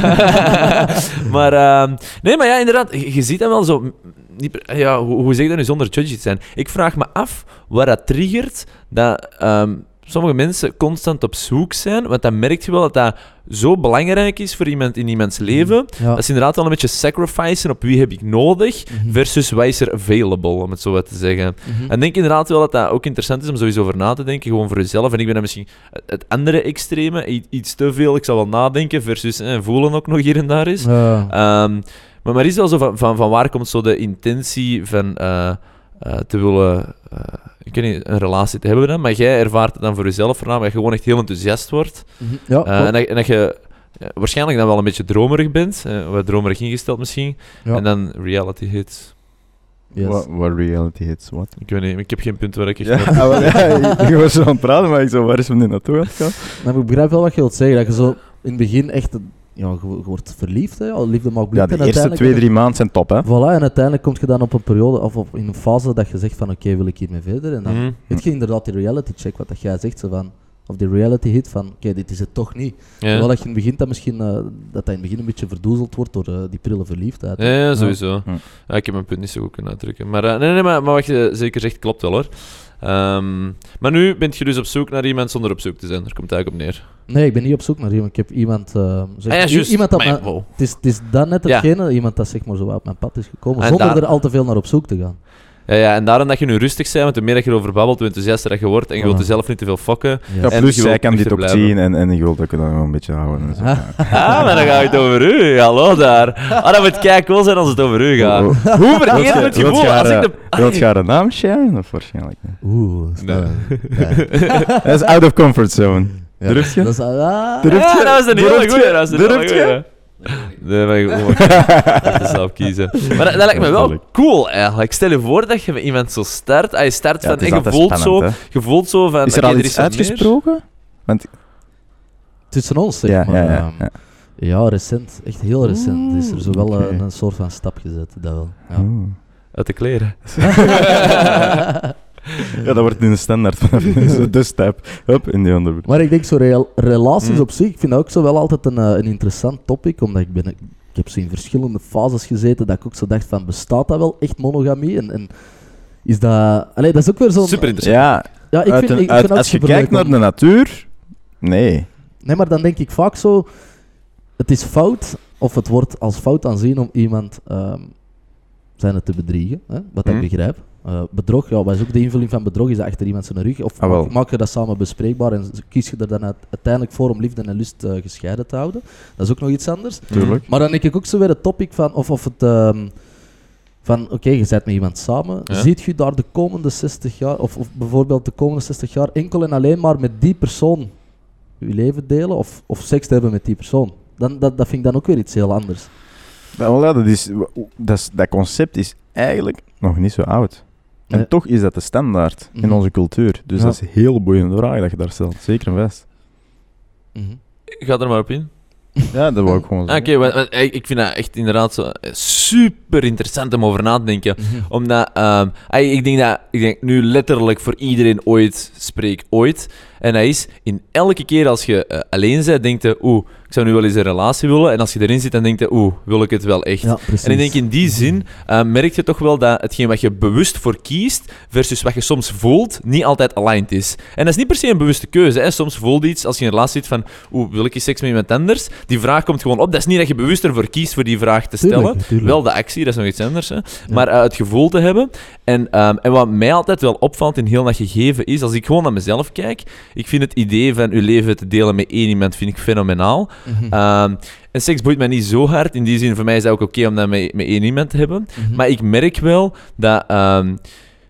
maar ehm, nee, maar ja, inderdaad, je, je ziet dat wel zo. m- Niet, per- ja, hoe, hoe zeg je dat nu zonder judgy te zijn? Ik vraag me af waar dat triggert dat ehm, sommige mensen constant op zoek zijn. Want dan merk je wel dat dat zo belangrijk is voor iemand in iemands leven. Ja. Dat is inderdaad wel een beetje sacrificen op wie heb ik nodig Mhm. versus wat is er available, om het zo wat te zeggen. Mhm. En ik denk inderdaad wel dat dat ook interessant is om sowieso over na te denken, gewoon voor jezelf. En ik ben dan misschien het- het andere extreme, i- iets te veel, ik zal wel nadenken, versus eh, voelen ook nog hier en daar is. Ja. Ehm, maar, maar is wel zo van, van, van waar komt zo de intentie van eh, eh, te willen, eh, ik weet niet, een relatie te hebben dan, maar jij ervaart het dan voor jezelf voornamelijk, dat je gewoon echt heel enthousiast wordt. Mhm. Ja, Eh, klopt. en, dat, en dat je eh, waarschijnlijk dan wel een beetje dromerig bent, eh, wat dromerig ingesteld misschien, Ja. en dan reality hits. Yes. What, what reality hits, what? Ik weet niet, ik heb geen punt waar ik echt... Ja, ah, wel, ja, ik, ik was zo aan het praten, maar ik zo, waar is men nu naartoe aan het gaan? Nou, maar ik begrijp wel wat je wilt zeggen. Dat je zo in het begin echt... Ja, je, je wordt verliefd, hè. Ja, liefde maakt Ja, blind. de en eerste uiteindelijk- twee, drie maanden zijn top, hè? Voilà, en uiteindelijk kom je dan op een periode, of op, in een fase dat je zegt van oké, wil ik hiermee verder? En dan Mhm. heb je inderdaad die reality check, wat dat jij zegt, zo van, of die reality hit van oké, dit is het toch niet. Ja. Terwijl dat je in het begin dat misschien, eh, dat dat in het begin een beetje verdoezeld wordt door eh, die prille verliefdheid. Ja, ja, sowieso. Ja. Ja, ik heb mijn punt niet zo goed kunnen uitdrukken. Maar, eh, nee, nee, maar, maar wat je zeker zegt, klopt wel hoor. Ehm, maar nu ben je dus op zoek naar iemand zonder op zoek te zijn. Daar komt het eigenlijk op neer. Nee, ik ben niet op zoek naar iemand. Ik heb iemand... eh, zeg, Ah, ja, i- juist. iemand dat Maar mijn- wow. het, is, het is dan net Ja. hetgene, iemand dat zeg maar zo op mijn pad is gekomen, En zonder daar- er al te veel naar op zoek te gaan. Ja, ja, en daarom dat je nu rustig bent, want hoe meer dat je erover babbelt, hoe enthousiaster dat je wordt. En je wilt Voilà. er zelf niet te veel fokken. Ja. Ja, En plus, je zij wilt kan dit nuchter ook blijven. zien en, en ik wil dat ik het dan wel een beetje houden. En zo. Ah. Ah, maar dan gaat het over u. Hallo daar. Ah, dat moet kei cool zijn als het over u gaat. Oh, oh. Hoe Wilt vereerd je- het wilt gevoel je haar, als ik eh, de... Wilt je haar een naam sharen? Of waarschijnlijk niet. Oeh, dat is Nee. wel- ja. Dat is out of comfort zone. Ja, Durf je? Dat is, ah, Durf Ja, je? dat was een hele Durft goeie. je? Dat was een hele Durft je? goeie. Nee, maar ik moet het zelf kiezen. Maar dat, dat lijkt me wel Natuurlijk. cool eigenlijk. Stel je voor dat je met iemand zo start. Ah, je start Ja, van het is en je altijd voelt, zo, spannend, hè. je voelt zo van... Is er oké, al er iets wat meer. uitgesproken? Want, tussen ons, zeg ja, maar. ja, ja, ehm, ja. Ja, recent. Echt heel recent. Is er zo wel Oké. eh, een soort van stap gezet. Dat wel. Ja. Oeh. Uit de kleren. Ja, dat wordt nu een standaard vanaf nu. De stap. Hup, in die onderbroek. Maar ik denk zo rel- relaties Mm. op zich, ik vind dat ook zo wel altijd een, eh, een interessant topic, omdat ik ben, ik heb zo in verschillende fases gezeten dat ik ook zo dacht van, bestaat dat wel echt monogamie? En, en is dat... Allee, dat is ook weer zo'n... Super interessant. Ja, Ja, ik uit vind, een- ik, ik uit- vind dat als je superleuk kijkt naar om- de natuur, nee. Nee, maar dan denk ik vaak zo, het is fout, of het wordt als fout aanzien om iemand ehm zijn het te bedriegen, hè? Wat Mhm. ik begrijp. Eh, bedrog, ja, wat is ook de invulling van bedrog? Is dat achter iemand zijn rug? Of Ah, wel. maak, maak je dat samen bespreekbaar en kies je er dan uit- uiteindelijk voor om liefde en lust eh, gescheiden te houden? Dat is ook nog iets anders. Tuurlijk. Maar dan denk ik ook zo weer het topic van, of, of het, ehm, van oké, je bent met iemand samen, Ja. ziet je daar de komende zestig jaar, of, of bijvoorbeeld de komende zestig jaar, enkel en alleen maar met die persoon je leven delen, of, of seks te hebben met die persoon? Dan, dat, dat vind ik dan ook weer iets heel anders. Ja, wel, ja, dat, is, dat, is, dat concept is eigenlijk nog niet zo oud. En Ja. toch is dat de standaard in Mhm. onze cultuur. Dus Ja. dat is een heel boeiende vraag dat je daar stelt. Zeker en vast. Mhm. Ga er maar op in. Ja, dat wou ik gewoon Ah, zeggen. Oké, want- want ik ik vind dat echt inderdaad zo eh, super interessant om over na te denken. Mhm. Omdat, ehm, ah, ik denk dat ik denk nu letterlijk voor iedereen ooit spreek ooit. En dat is, in elke keer als je eh, alleen bent, denk je, oeh, ik zou nu wel eens een relatie willen. En als je erin zit, dan denk je, oeh, wil ik het wel echt? Ja, precies. En ik denk in die zin uh, merk je toch wel dat hetgeen wat je bewust voor kiest versus wat je soms voelt, niet altijd aligned is. En dat is niet per se een bewuste keuze. Hè. Soms voelt iets, als je in een relatie zit van, oeh, wil ik eens seks met iemand anders? Die vraag komt gewoon op. Dat is niet dat je bewust ervoor kiest voor die vraag te stellen. Tuurlijk, tuurlijk. Wel de actie, dat is nog iets anders. Hè. Maar uh, het gevoel te hebben. En, um, en wat mij altijd wel opvalt in heel dat gegeven is, als ik gewoon naar mezelf kijk, ik vind het idee van je leven te delen met één iemand vind ik fenomenaal. Mhm. Um, en seks boeit mij niet zo hard. In die zin, voor mij is het ook oké om dat met, met één iemand te hebben. Mhm. Maar ik merk wel dat um,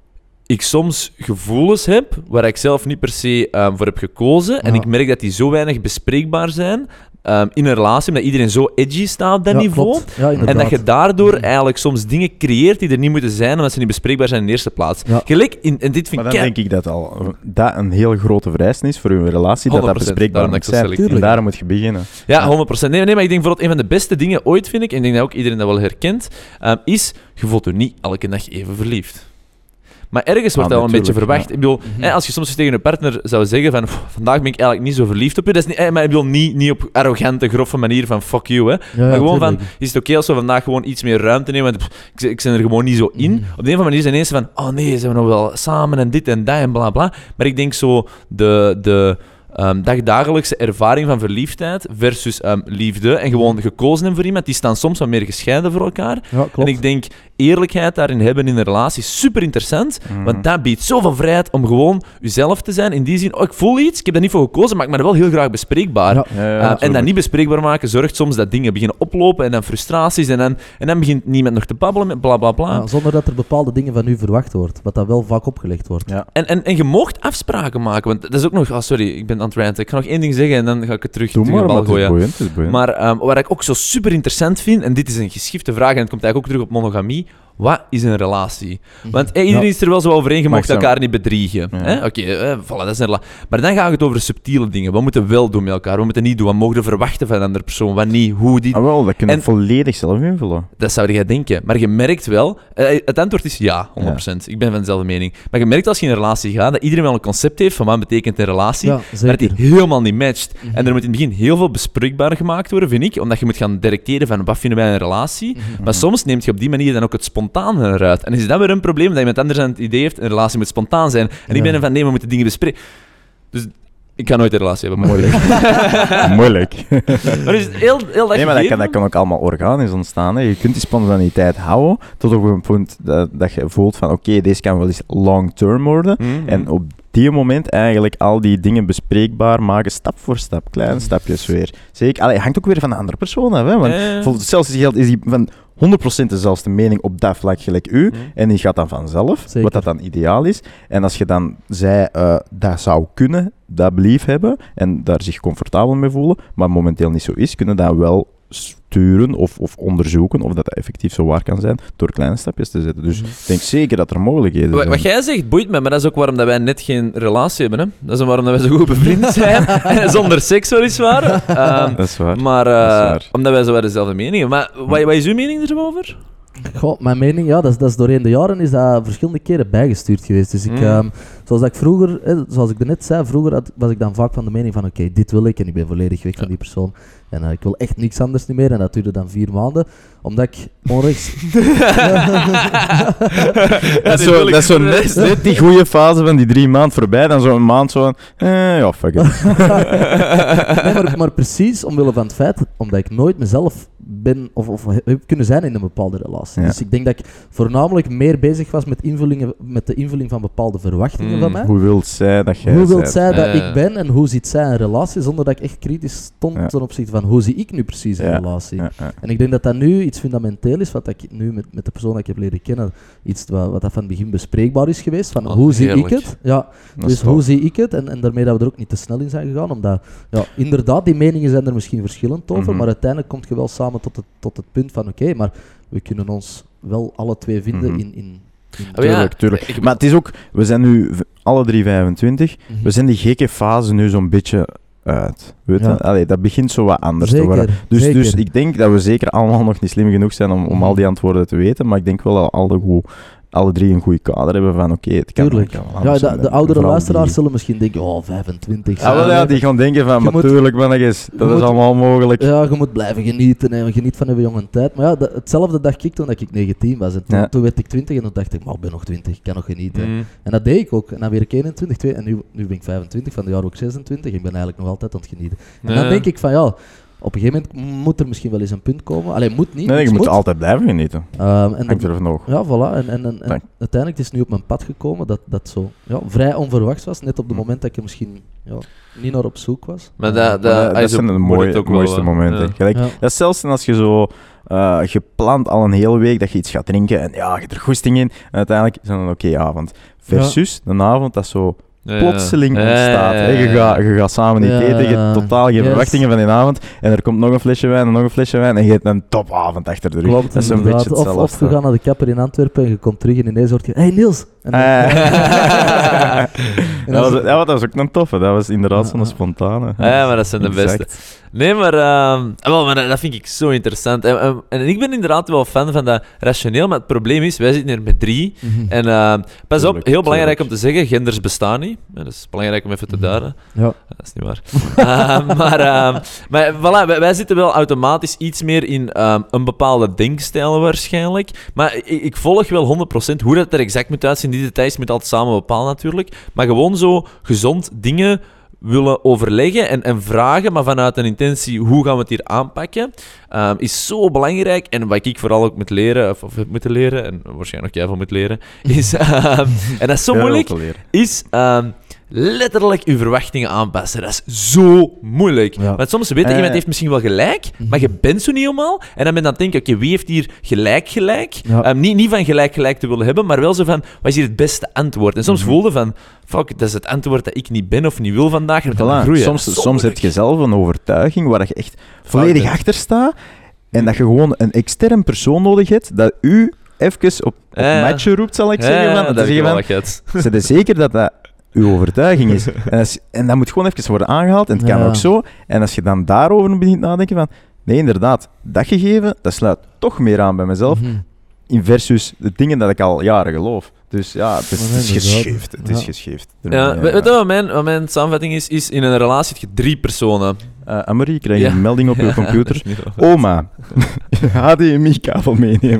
ik soms gevoelens heb waar ik zelf niet per se um, voor heb gekozen. En Ja. ik merk dat die zo weinig bespreekbaar zijn um, in een relatie, omdat iedereen zo edgy staat op dat Ja, niveau. klopt. Ja, En inderdaad. dat je daardoor Mhm. eigenlijk soms dingen creëert die er niet moeten zijn, omdat ze niet bespreekbaar zijn in de eerste plaats. Ja. Gelijk, in, en dit vind Maar ik dan kei- denk ik dat al dat een heel grote vereist is voor je relatie, dat dat honderd procent, bespreekbaar daarom moet dat ik zo zijn. selectief En ben. daar moet je beginnen. Ja, honderd procent. Nee, nee, maar ik denk bijvoorbeeld een van de beste dingen ooit, vind ik, en ik denk dat ook iedereen dat wel herkent, um, is, je voelt je niet elke dag even verliefd. Maar ergens wordt Ah, dat wel een beetje natuurlijk, verwacht. Ik bedoel, Mhm. hè, als je soms tegen een partner zou zeggen van, "Pff, vandaag ben ik eigenlijk niet zo verliefd op je, dat is niet, hè, maar ik bedoel niet, niet op arrogante, grove manier van fuck you, hè. Ja, ja, maar gewoon van, tuurlijk. is het oké als we vandaag gewoon iets meer ruimte nemen, want pff, ik, ik ben er gewoon niet zo in. Mhm. Op de een of andere manier zijn ineens van, oh nee, zijn we nog wel samen en dit en dat en bla bla. Maar ik denk zo, de... de Um, dagdagelijkse ervaring van verliefdheid versus um, liefde en gewoon gekozen hebben voor iemand, die staan soms wat meer gescheiden voor elkaar. Ja, klopt. En ik denk, eerlijkheid daarin hebben in een relatie is super interessant, Mhm. want dat biedt zoveel vrijheid om gewoon jezelf te zijn. In die zin, oh, ik voel iets, ik heb daar niet voor gekozen, maar ik maak het wel heel graag bespreekbaar. Ja. Ja, ja, Uh, en dat tuurlijk. niet bespreekbaar maken zorgt soms dat dingen beginnen oplopen en dan frustraties en dan, en dan begint niemand nog te babbelen met bla bla bla. Ja, zonder dat er bepaalde dingen van u verwacht wordt, wat dat wel vaak opgelegd wordt. Ja. En, en, en je mocht afspraken maken, want dat is ook nog... Oh, sorry, ik ben aan het ranten. Ik ga nog één ding zeggen en dan ga ik het terug, Doe terug maar, in de maar bal het is gooien. boeiend. Het is boeiend. Maar um, wat ik ook zo super interessant vind, en dit is een geschifte vraag en het komt eigenlijk ook terug op monogamie, wat is een relatie? Want hey, iedereen Ja. is er wel zo overeen, je Mag mag ik zo- elkaar niet bedriegen. Ja. hè? Oké, eh, voilà, dat is een rela- Maar dan gaat het over subtiele dingen. Wat moeten we wel doen met elkaar? Wat moeten we niet doen? Wat mogen we verwachten van een andere persoon? Wat niet? Hoe? Die... Ah, wel, dat kun je En- volledig zelf invullen. Dat zou jij denken. Maar je merkt wel... eh, het antwoord is ja, honderd procent. Ik ben van dezelfde mening. Maar je merkt als je in een relatie gaat, dat iedereen wel een concept heeft van wat betekent een relatie, Ja, maar dat zeker. die helemaal niet matcht. Mhm. En er moet in het begin heel veel bespreekbaar gemaakt worden, vind ik, omdat je moet gaan directeren van wat vinden wij een relatie. Mhm. Maar soms neemt je op die manier dan ook het spontane eruit. En is dat weer een probleem, dat iemand anders aan het idee heeft, een relatie moet spontaan zijn. En ik Ja. ben er van, nee, we moeten dingen bespreken. Dus ik ga nooit een relatie hebben. Moeilijk. Moeilijk. Maar dus heel, heel dat Nee, maar dat kan, gegeven- dat kan ook allemaal organisch ontstaan. Hè. Je kunt die spontaniteit houden tot op een punt dat, dat je voelt van oké, deze kan wel eens long-term worden. Mhm. En op die moment eigenlijk al die dingen bespreekbaar maken, stap voor stap, kleine stapjes weer. Zeker, allee, het hangt ook weer van de andere persoon af. Hè, want Eh. voor hetzelfde geld is die van honderd procent dezelfde mening op dat vlak gelijk u. Mhm. En die gaat dan vanzelf, Zeker. wat dat dan ideaal is. En als je dan zij eh, dat zou kunnen, dat belief hebben en daar zich comfortabel mee voelen, maar momenteel niet zo is, kunnen dat wel sturen of, of onderzoeken of dat effectief zo waar kan zijn door kleine stapjes te zetten. Dus Mhm. ik denk zeker dat er mogelijkheden Wat, zijn. wat jij zegt boeit me, maar dat is ook waarom dat wij net geen relatie hebben. Hè? Dat is waarom dat wij zo goed bevriend zijn. En zonder seks, weliswaar. Ehm Dat is waar. maar eh, Dat is waar. omdat wij zo wel dezelfde mening hebben. Maar wat, wat is uw mening erover? Goh, mijn mening, ja, dat is, dat is doorheen de jaren is dat verschillende keren bijgestuurd geweest. Dus ik, Mm. ehm, zoals ik vroeger, eh, zoals ik net zei, vroeger had, was ik dan vaak van de mening van oké, dit wil ik en ik ben volledig weg van die persoon. En eh, ik wil echt niks anders niet meer en dat duurde dan vier maanden, omdat ik onrechts... Dat is zo, dat is zo net, net die goede fase van die drie maanden voorbij, dan zo'n maand zo van, eh, ja, fuck it. nee, maar, maar precies omwille van het feit, omdat ik nooit mezelf ben of, of heb kunnen zijn in een bepaalde relatie. Ja. Dus ik denk dat ik voornamelijk meer bezig was met, invullingen, met de invulling van bepaalde verwachtingen Mm. van mij. Hoe wilt zij dat jij Hoe wil zijt? zij dat Eh. ik ben en hoe ziet zij een relatie, zonder dat ik echt kritisch stond Ja. ten opzichte van hoe zie ik nu precies een Ja. relatie. Ja, ja. En ik denk dat dat nu iets fundamenteel is, wat ik nu met, met de persoon die ik heb leren kennen, iets wat, wat dat van het begin bespreekbaar is geweest, van Oh, hoe zie heerlijk. ik het? Ja, Dat is dus hoe tof. zie ik het? En, en daarmee dat we er ook niet te snel in zijn gegaan, omdat, ja, inderdaad, die meningen zijn er misschien verschillend over, Mhm. maar uiteindelijk komt je wel samen tot het, tot het punt van, oké, maar we kunnen ons wel alle twee vinden Mhm. in, in Oh, ja. Tuurlijk, tuurlijk. Ik- Maar het is ook, we zijn nu v- alle drie vijfentwintig, Mhm. we zijn die gekke fase nu zo'n beetje uit. Weet je? Ja. Allee, dat begint zo wat anders te Zeker, worden. Dus, zeker. dus ik denk dat we zeker allemaal nog niet slim genoeg zijn om, om Mhm. al die antwoorden te weten, maar ik denk wel dat alle, goed, alle drie een goede kader hebben van oké, het kan Tuurlijk. het kan wel Ja, anders de, zijn. de oudere Vooral luisteraars die- zullen misschien denken, oh, vijfentwintig. Ah, wel, ja, die gaan denken van, Je maar moet- tuurlijk ben ik eens, dat je is moet- allemaal mogelijk. Ja, je moet blijven genieten en geniet van je jonge tijd. Maar ja, dat- hetzelfde dacht ik toen dat ik negentien was. En toen, Ja. toen werd ik twintig en toen dacht ik, maar ik ben nog twintig, ik kan nog genieten. Mm. En dat deed ik ook. En dan weer ik eenentwintig, twee, en nu, nu ben ik vijfentwintig, van de jaar ook zesentwintig. Ik ben eigenlijk nog altijd aan het genieten. En dan Ja. denk ik van, ja, op een gegeven moment moet er misschien wel eens een punt komen. Alleen moet niet, Nee, niks je moet moet. altijd blijven genieten. Ehm, en Hangt dan- er nog. Ja, voilà. En, en, en, en Dank. uiteindelijk is het nu op mijn pad gekomen dat dat zo ja, vrij onverwachts was. Net op het Hm. moment dat ik er misschien ja, niet naar op zoek was. Maar Eh, dat, Maar dat, dat, hij dat zo zijn de wordt mooie, het ook wel, mooiste hè. momenten. Ja. Gelijk, Ja. dat is zelfs als je zo uh, gepland al een hele week dat je iets gaat drinken en ja, je hebt er goesting in. En uiteindelijk is het een oké avond. Versus een avond dat zo Ja. plotseling Ja, ontstaat. ja, hè. Je, ja, gaat, je gaat samen niet Ja. eten, je hebt totaal geen Yes. verwachtingen van die avond. En er komt nog een flesje wijn en nog een flesje wijn en je hebt een topavond achter de rug. Klopt, dat is een inderdaad. beetje Of, of hetzelfde. we gaan naar de kapper in Antwerpen en je komt terug en ineens hoort je, hey Niels! En dan- Eh. En dat, dan was, zo- ja, dat was ook een toffe. Dat was inderdaad Ja, zo'n ja. spontane. Ja, maar dat zijn de Exact. beste. Nee, maar, ehm, wel, maar dat, dat vind ik zo interessant. En, en, en ik ben inderdaad wel fan van dat rationeel, maar het probleem is, wij zitten hier met drie. Mhm. En ehm, pas op, Tuurlijk, heel belangrijk tuurlijk. om te zeggen, genders bestaan niet. Ja, dat is belangrijk om even te duiden. Ja. Ja, dat is niet waar. Ehm, maar ehm, maar voilà, wij, wij zitten wel automatisch iets meer in ehm, een bepaalde denkstijl waarschijnlijk. Maar ik, ik volg wel honderd procent hoe dat er exact moet uitzien. Die details moet altijd samen bepalen natuurlijk. Maar gewoon zo gezond dingen willen overleggen en, en vragen, maar vanuit een intentie, hoe gaan we het hier aanpakken, ehm, is zo belangrijk. En wat ik vooral ook moet leren, of, of heb moeten leren, en waarschijnlijk jij van moet leren, is, ehm, en dat is zo Heel moeilijk, te leren. is ehm, letterlijk uw verwachtingen aanpassen. Dat is zo moeilijk. Ja. Want soms weet je, Eh. iemand heeft misschien wel gelijk, Mhm. maar je bent zo niet helemaal. En dan ben je aan het denken, oké, wie heeft hier gelijk gelijk? Ja. Ehm, niet, niet van gelijk gelijk te willen hebben, maar wel zo van, wat is hier het beste antwoord? En soms Mhm. voelde van, fuck, dat is het antwoord dat ik niet ben of niet wil vandaag. En dan Voilà. groeien. Soms, Dat is zo soms heb moeilijk. je zelf een overtuiging waar je echt volledig Fout, hè? achter staat en dat je gewoon een extern persoon nodig hebt dat u even op, op Ja, ja. matje roept, zal ik Ja, zeggen. ja, Van, dat te heb ik zeggen wel van, gehad. zijn er zeker dat dat uw overtuiging is? En dat, is, en dat moet gewoon even worden aangehaald en het kan Ja. ook zo. En als je dan daarover begint nadenken van, nee, inderdaad, dat gegeven, dat sluit toch meer aan bij mezelf, Mhm. in versus de dingen dat ik al jaren geloof. Dus ja, het is, Maar het is inderdaad. gescheefd. Het is Ja. gescheefd. Ja, weet weet je wat mijn, wat mijn samenvatting is? Is in een relatie heb je drie personen. Uh, Amarie, krijg je Ja. een melding op je Ja, computer. dat is niet waar. Oma, H D M I-kabel meenemen.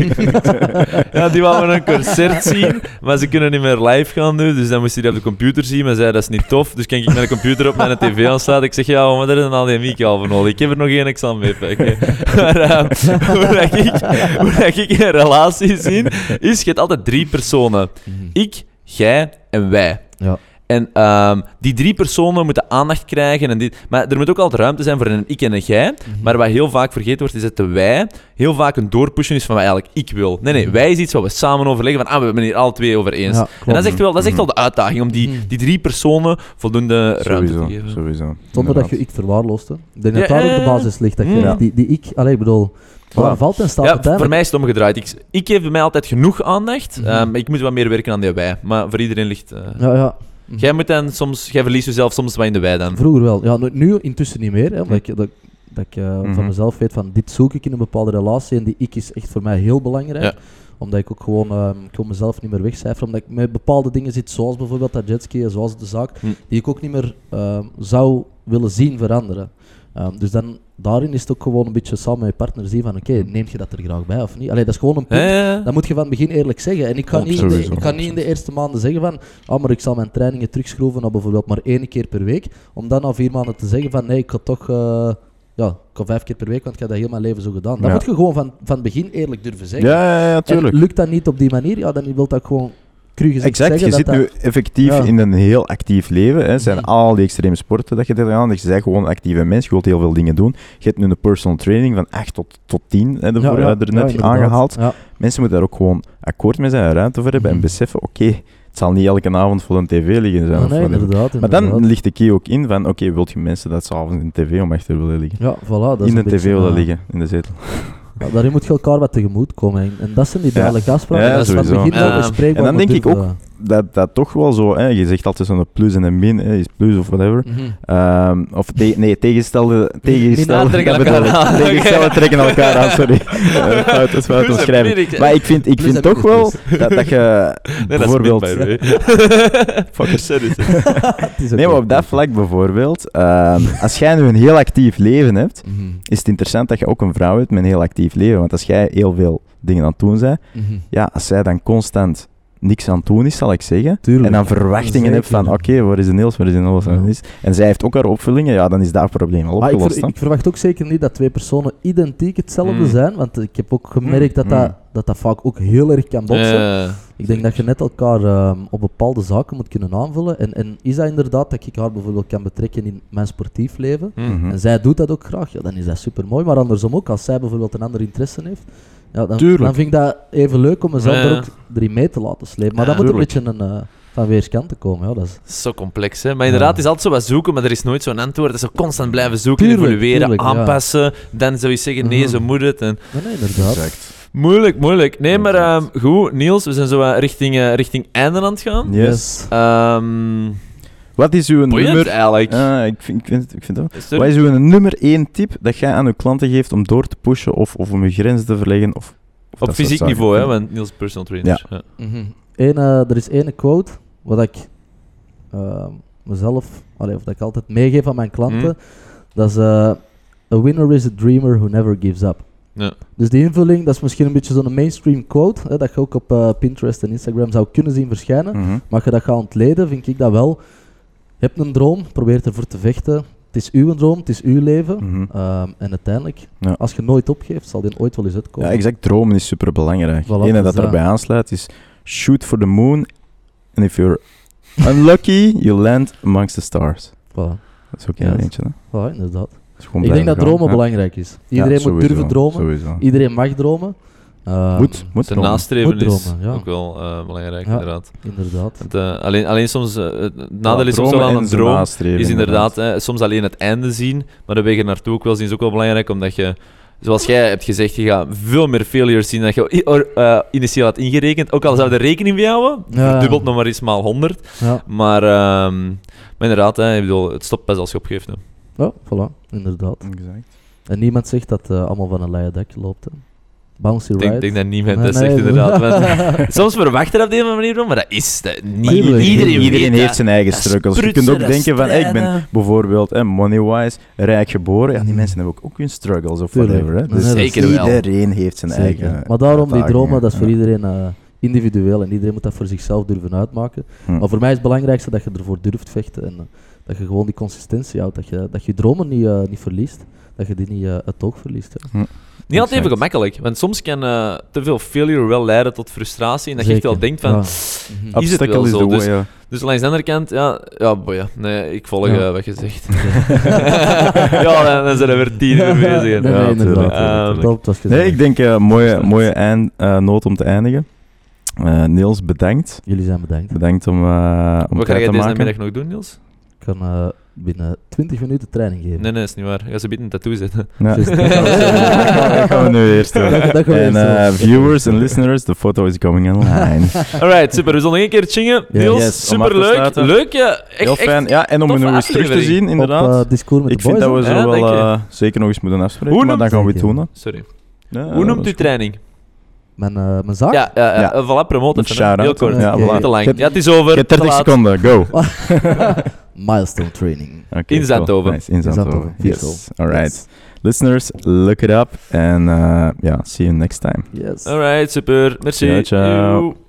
Ja, die wou een concert zien, maar ze kunnen niet meer live gaan doen, dus dan moest hij die op de computer zien, maar zei dat is niet tof, dus kan ik mijn computer op mijn tv aansluiten. Ik zeg, ja, maar er is een H D M I-kabel nodig, ik heb er nog één, ik zal hem meepakken. Maar ehm, hoe, dat ik, hoe dat ik een relatie zie, is, je hebt altijd drie personen. Mhm. Ik, jij en wij. Ja. En ehm, die drie personen moeten aandacht krijgen. En dit, maar er moet ook altijd ruimte zijn voor een ik en een jij. Mhm. Maar wat heel vaak vergeten wordt, is dat de wij heel vaak een doorpushen is van wat eigenlijk ik wil. Nee, nee, Mhm. wij is iets wat we samen overleggen van, ah, we hebben hier alle twee over eens. Ja, En klopt. dat is echt wel, dat is echt wel de uitdaging, om die, Mhm. die drie personen voldoende ruimte Sowieso, te geven. sowieso. Zonder dat je Inderdaad. ik verwaarloost. Hè. Ik denk dat Ja, daar ja, ook de ja. basis ligt. Dat je, Ja. die, die ik, allee, ik bedoel, waar Voilà. valt en staat Ja, uiteindelijk. voor mij is het omgedraaid. Ik, ik geef bij mij altijd genoeg aandacht, Mhm. ehm, ik moet wat meer werken aan die wij. Maar voor iedereen ligt... eh, Ja, ja. Mhm. Jij moet dan soms... Jij verliest jezelf soms wat in de wij dan. Vroeger wel. Ja, nu, nu intussen niet meer. Hè, omdat ik, dat, dat ik eh, Mhm. van mezelf weet van dit zoek ik in een bepaalde relatie en die ik is echt voor mij heel belangrijk. Ja. Omdat ik ook gewoon, ehm, ik wil mezelf niet meer wegcijferen. Omdat ik met bepaalde dingen zit, zoals bijvoorbeeld dat jetski, zoals de zaak, Hm. die ik ook niet meer ehm, zou willen zien veranderen. Ehm, dus dan, daarin is het ook gewoon een beetje samen met je partner zien van oké, neemt je dat er graag bij of niet? Allee, dat is gewoon een punt. Ja, ja, ja. Dat moet je van het begin eerlijk zeggen. En ik ga, niet in, de, Sowieso. ik ga niet in de eerste maanden zeggen van ah, maar ik zal mijn trainingen terugschroeven naar bijvoorbeeld maar één keer per week. Om dan na vier maanden te zeggen van nee, ik ga toch eh, ja, ik ga vijf keer per week, want ik heb dat heel mijn leven zo gedaan. Dat Ja. moet je gewoon van, van het begin eerlijk durven zeggen. Ja, ja, ja, En tuurlijk. lukt dat niet op die manier, ja, dan wil dat gewoon cru gezegd Exact, zeggen. je zit dat nu dat- effectief Ja. in een heel actief leven. Hè. Het zijn Mhm. al die extreme sporten dat je dit aan. Dus je bent gewoon een actieve mens, je wilt heel veel dingen doen. Je hebt nu een personal training van acht tot, tot tien, hè, de Ja, voor, ja, er net ja, inderdaad. aangehaald. Ja. Mensen moeten daar ook gewoon akkoord mee zijn, en ruimte voor hebben Mhm. en beseffen, oké, het zal niet elke avond voor een tv liggen zijn. Ah, of nee, whatever. inderdaad, Maar inderdaad. dan ligt de key ook in van, oké, wilt je mensen dat s'avonds in de tv om achter willen liggen? Ja, voilà, dat is In een de tv beetje, willen eh, liggen, in de zetel. Ja, daarin moet je elkaar wat tegemoet komen. En, en dat zijn die duidelijke afspraken. Ja, dat is van het sowieso. begin wel Ja. bespreekbaar. En dan maar denk ik durven- ook- Dat, dat toch wel zo, hè, je zegt altijd zo'n plus en een min, hè, is plus of whatever. Mhm. Ehm, of te- nee, tegenstelde, tegengestelde, Mina trekken dat bedoel elkaar ik. aan. Tegenstellen trekken elkaar aan, sorry. Uh, fout, dat is fout Plus en omschrijving. min, ik- Maar ik vind, ik Plus vind en toch min is wel dat, dat je Nee, bijvoorbeeld... dat is min, by the way. Fucker, sorry. sorry. Het is Nee, oké. maar op dat vlak bijvoorbeeld, ehm, als jij nu een heel actief leven hebt, Mhm. is het interessant dat je ook een vrouw hebt met een heel actief leven. Want als jij heel veel dingen aan het doen bent, Mhm. ja, als zij dan constant niks aan het doen is, zal ik zeggen, Tuurlijk. en dan verwachtingen hebt van, oké, Zeker. waar is de Niels, waar is de Niels, waar is de Niels? En zij heeft ook haar opvullingen, ja, dan is dat probleem al Maar ik, opgelost. ver- dan. ik verwacht ook zeker niet dat twee personen identiek hetzelfde Mm. zijn, want ik heb ook gemerkt dat, Mm. dat, dat dat vaak ook heel erg kan botsen. Ja. Ik denk dat je net elkaar ehm, op bepaalde zaken moet kunnen aanvullen. En, en is dat inderdaad dat ik haar bijvoorbeeld kan betrekken in mijn sportief leven, Hm. Mhm. en zij doet dat ook graag, ja, dan is dat super mooi. Maar andersom ook, als zij bijvoorbeeld een andere interesse heeft, ja, dan, Tuurlijk. dan vind ik dat even leuk om mezelf Ja. er ook erin mee te laten slepen. Maar Ja. dat moet een Tuurlijk. beetje een, eh, van weerskanten komen. Ja, dat is, Zo complex, hè? Maar inderdaad, het is altijd zo wat zoeken, maar er is nooit zo'n antwoord. Het is zo constant blijven zoeken, Tuurlijk, evolueren, tuurlijk, ja. aanpassen. Dan zou je zeggen, nee, Mhm. zo moet het. En... nee, nee, inderdaad. Exact. Moeilijk, moeilijk. Nee, maar ehm, Exact. goed, Niels, we zijn zo eh, richting, eh, richting einde aan het gaan. Yes. Ehm Wat is uw boeiend, nummer... eigenlijk. Ah, ik, vind, ik, vind het, ik vind het wel. Is er- Wat is uw nummer één tip dat jij aan uw klanten geeft om door te pushen of, of om je grenzen te verleggen? Of, of Op dat fysiek soort niveau, hè, zaken? want Niels is personal trainer. Ja. Mhm. Eén, eh, er is één quote wat ik eh, mezelf, allee, of dat ik altijd meegeef aan mijn klanten. Mhm. Dat is eh, a winner is a dreamer who never gives up. Ja. Dus die invulling, dat is misschien een beetje zo'n mainstream quote, hè, dat je ook op eh, Pinterest en Instagram zou kunnen zien verschijnen. Mhm. Maar als je dat gaat ontleden, vind ik dat wel. Je hebt een droom, probeer ervoor te vechten. Het is uw droom, het is uw leven. Mhm. Ehm, en uiteindelijk, Ja. als je nooit opgeeft, zal die ooit wel eens uitkomen. Ja, exact. Dromen is super belangrijk. Voilà, Ene dus dat dat. daarbij aansluit is shoot for the moon. And if you're unlucky, you land amongst the stars. Voilà, Dat is ook Ja, een dat- eentje. Hè? voilà, inderdaad. Dat is gewoon Ik denk blijven dat dromen gaan, hè. belangrijk is. Iedereen Ja, moet sowieso, durven dromen. Sowieso. Iedereen mag dromen. Ehm, Moet, moet Te dromen. nastreven Moet is dromen, ja. ook wel eh, belangrijk, Ja. inderdaad. Inderdaad. Want, eh, alleen, alleen soms, eh, het Ja, nadeel is soms dromen wel aan en een ze droom, nastreven, is inderdaad hè, soms alleen het einde zien, maar de weg er naartoe ook wel zien is ook wel belangrijk, omdat je, zoals jij hebt gezegd, je gaat veel meer failures zien dan je i- or- eh, initieel had ingerekend. Ook al zou je er rekening mee houden, Ja. verdubbelt nog maar eens maal honderd. Ja, Maar, ehm, maar inderdaad, hè, ik bedoel, het stopt pas als je opgeeft. Hè. ja voilà, inderdaad. Exact. En niemand zegt dat het allemaal van een leien dak loopt. Hè. Bouncy Ik ride. denk, denk dat niemand Nee, dat nee, zegt, nee. inderdaad. Want soms verwacht je dat op de een of andere manier, maar dat is dat niet. Tuurlijk. Iedereen, Iedereen weet heeft dat. zijn eigen Dat struggles. Je sprutsen, kunt ook dat denken van, hey, ik ben strijden. bijvoorbeeld eh, money-wise rijk geboren. Ja, die Mhm. mensen hebben ook, ook hun struggles of Tuurlijk. whatever. Hè. Nee, Dus nee, dat Zeker wel. iedereen heeft zijn Zeker. eigen Maar daarom, die uitdagingen. dromen, dat is voor Ja. iedereen eh, individueel. En iedereen moet dat voor zichzelf durven uitmaken. Hm. Maar voor mij is het belangrijkste dat je ervoor durft vechten. En eh, dat je gewoon die consistentie houdt. Dat je, dat je je dromen niet, eh, niet verliest. Dat je die niet uh, het oog verliest. Hè. Niet altijd even Exact. gemakkelijk, want soms kan eh, te veel failure wel leiden tot frustratie en dat je echt Zeker. wel denkt van, Ja. Mhm. is het Obstacle wel is zo? the way, Dus, ja. dus langs de andere kant, ja, ja boy, ja. Nee, ik volg Ja. eh, wat je zegt. ja, dan, dan zijn er weer tien uur bezig. Nee, hè. nee, Ja, inderdaad. tuurlijk, tuurlijk, Dat- tuurlijk. dat was gezegd. Nee, ik denk een mooie, mooie eind, eh, noot om te eindigen. Eh, Niels, bedankt. Jullie zijn bedankt. Bedankt om, eh om Wat ga tijd jij te deze maken. namiddag nog doen, Niels? Ik kan eh, binnen twintig minuten training geven. Nee, nee, dat is niet waar. Ik ga ze bieden een tattoo zetten. Ja. Juist. dat, gaan we, dat gaan we nu eerst doen. Dat- dat gaan we En eerst eh, doen. viewers en listeners, the photo is coming online. Alright, super. We zullen nog een keer chingen. Ja. Niels, Yes, om af te super leuk. sluiten. Leuk, ja. Echt, Heel fijn. echt. Ja, en om toffe hem nog eens terug te aflevering. zien, inderdaad. Op uh, Discord met ik de vind boys. dat we hè? Ja, zo wel dank je. eh, zeker nog eens moeten afspreken, Hoe maar noemt- dan gaan we het Zeker. doen. Hè. Sorry. Ja, Hoe dat noemt is u training? Mijn, eh, mijn zaak? Ja, ja, ja. Ja. eh, voilà, promote Een even. hè. shout-out, Heel kort. ja, Niet voilà. te lang. Je hebt- Ja, het is over. Je hebt dertig Te laat. seconden, go. Milestone training. Oké, In Zandhoven. cool. Nice, in Zandhoven. Zandhoven, hier Yes, zo. alright. Yes. Listeners, look it up and uh, yeah, see you next time. Yes. Alright, super. Merci. Ciao, ciao. Joe.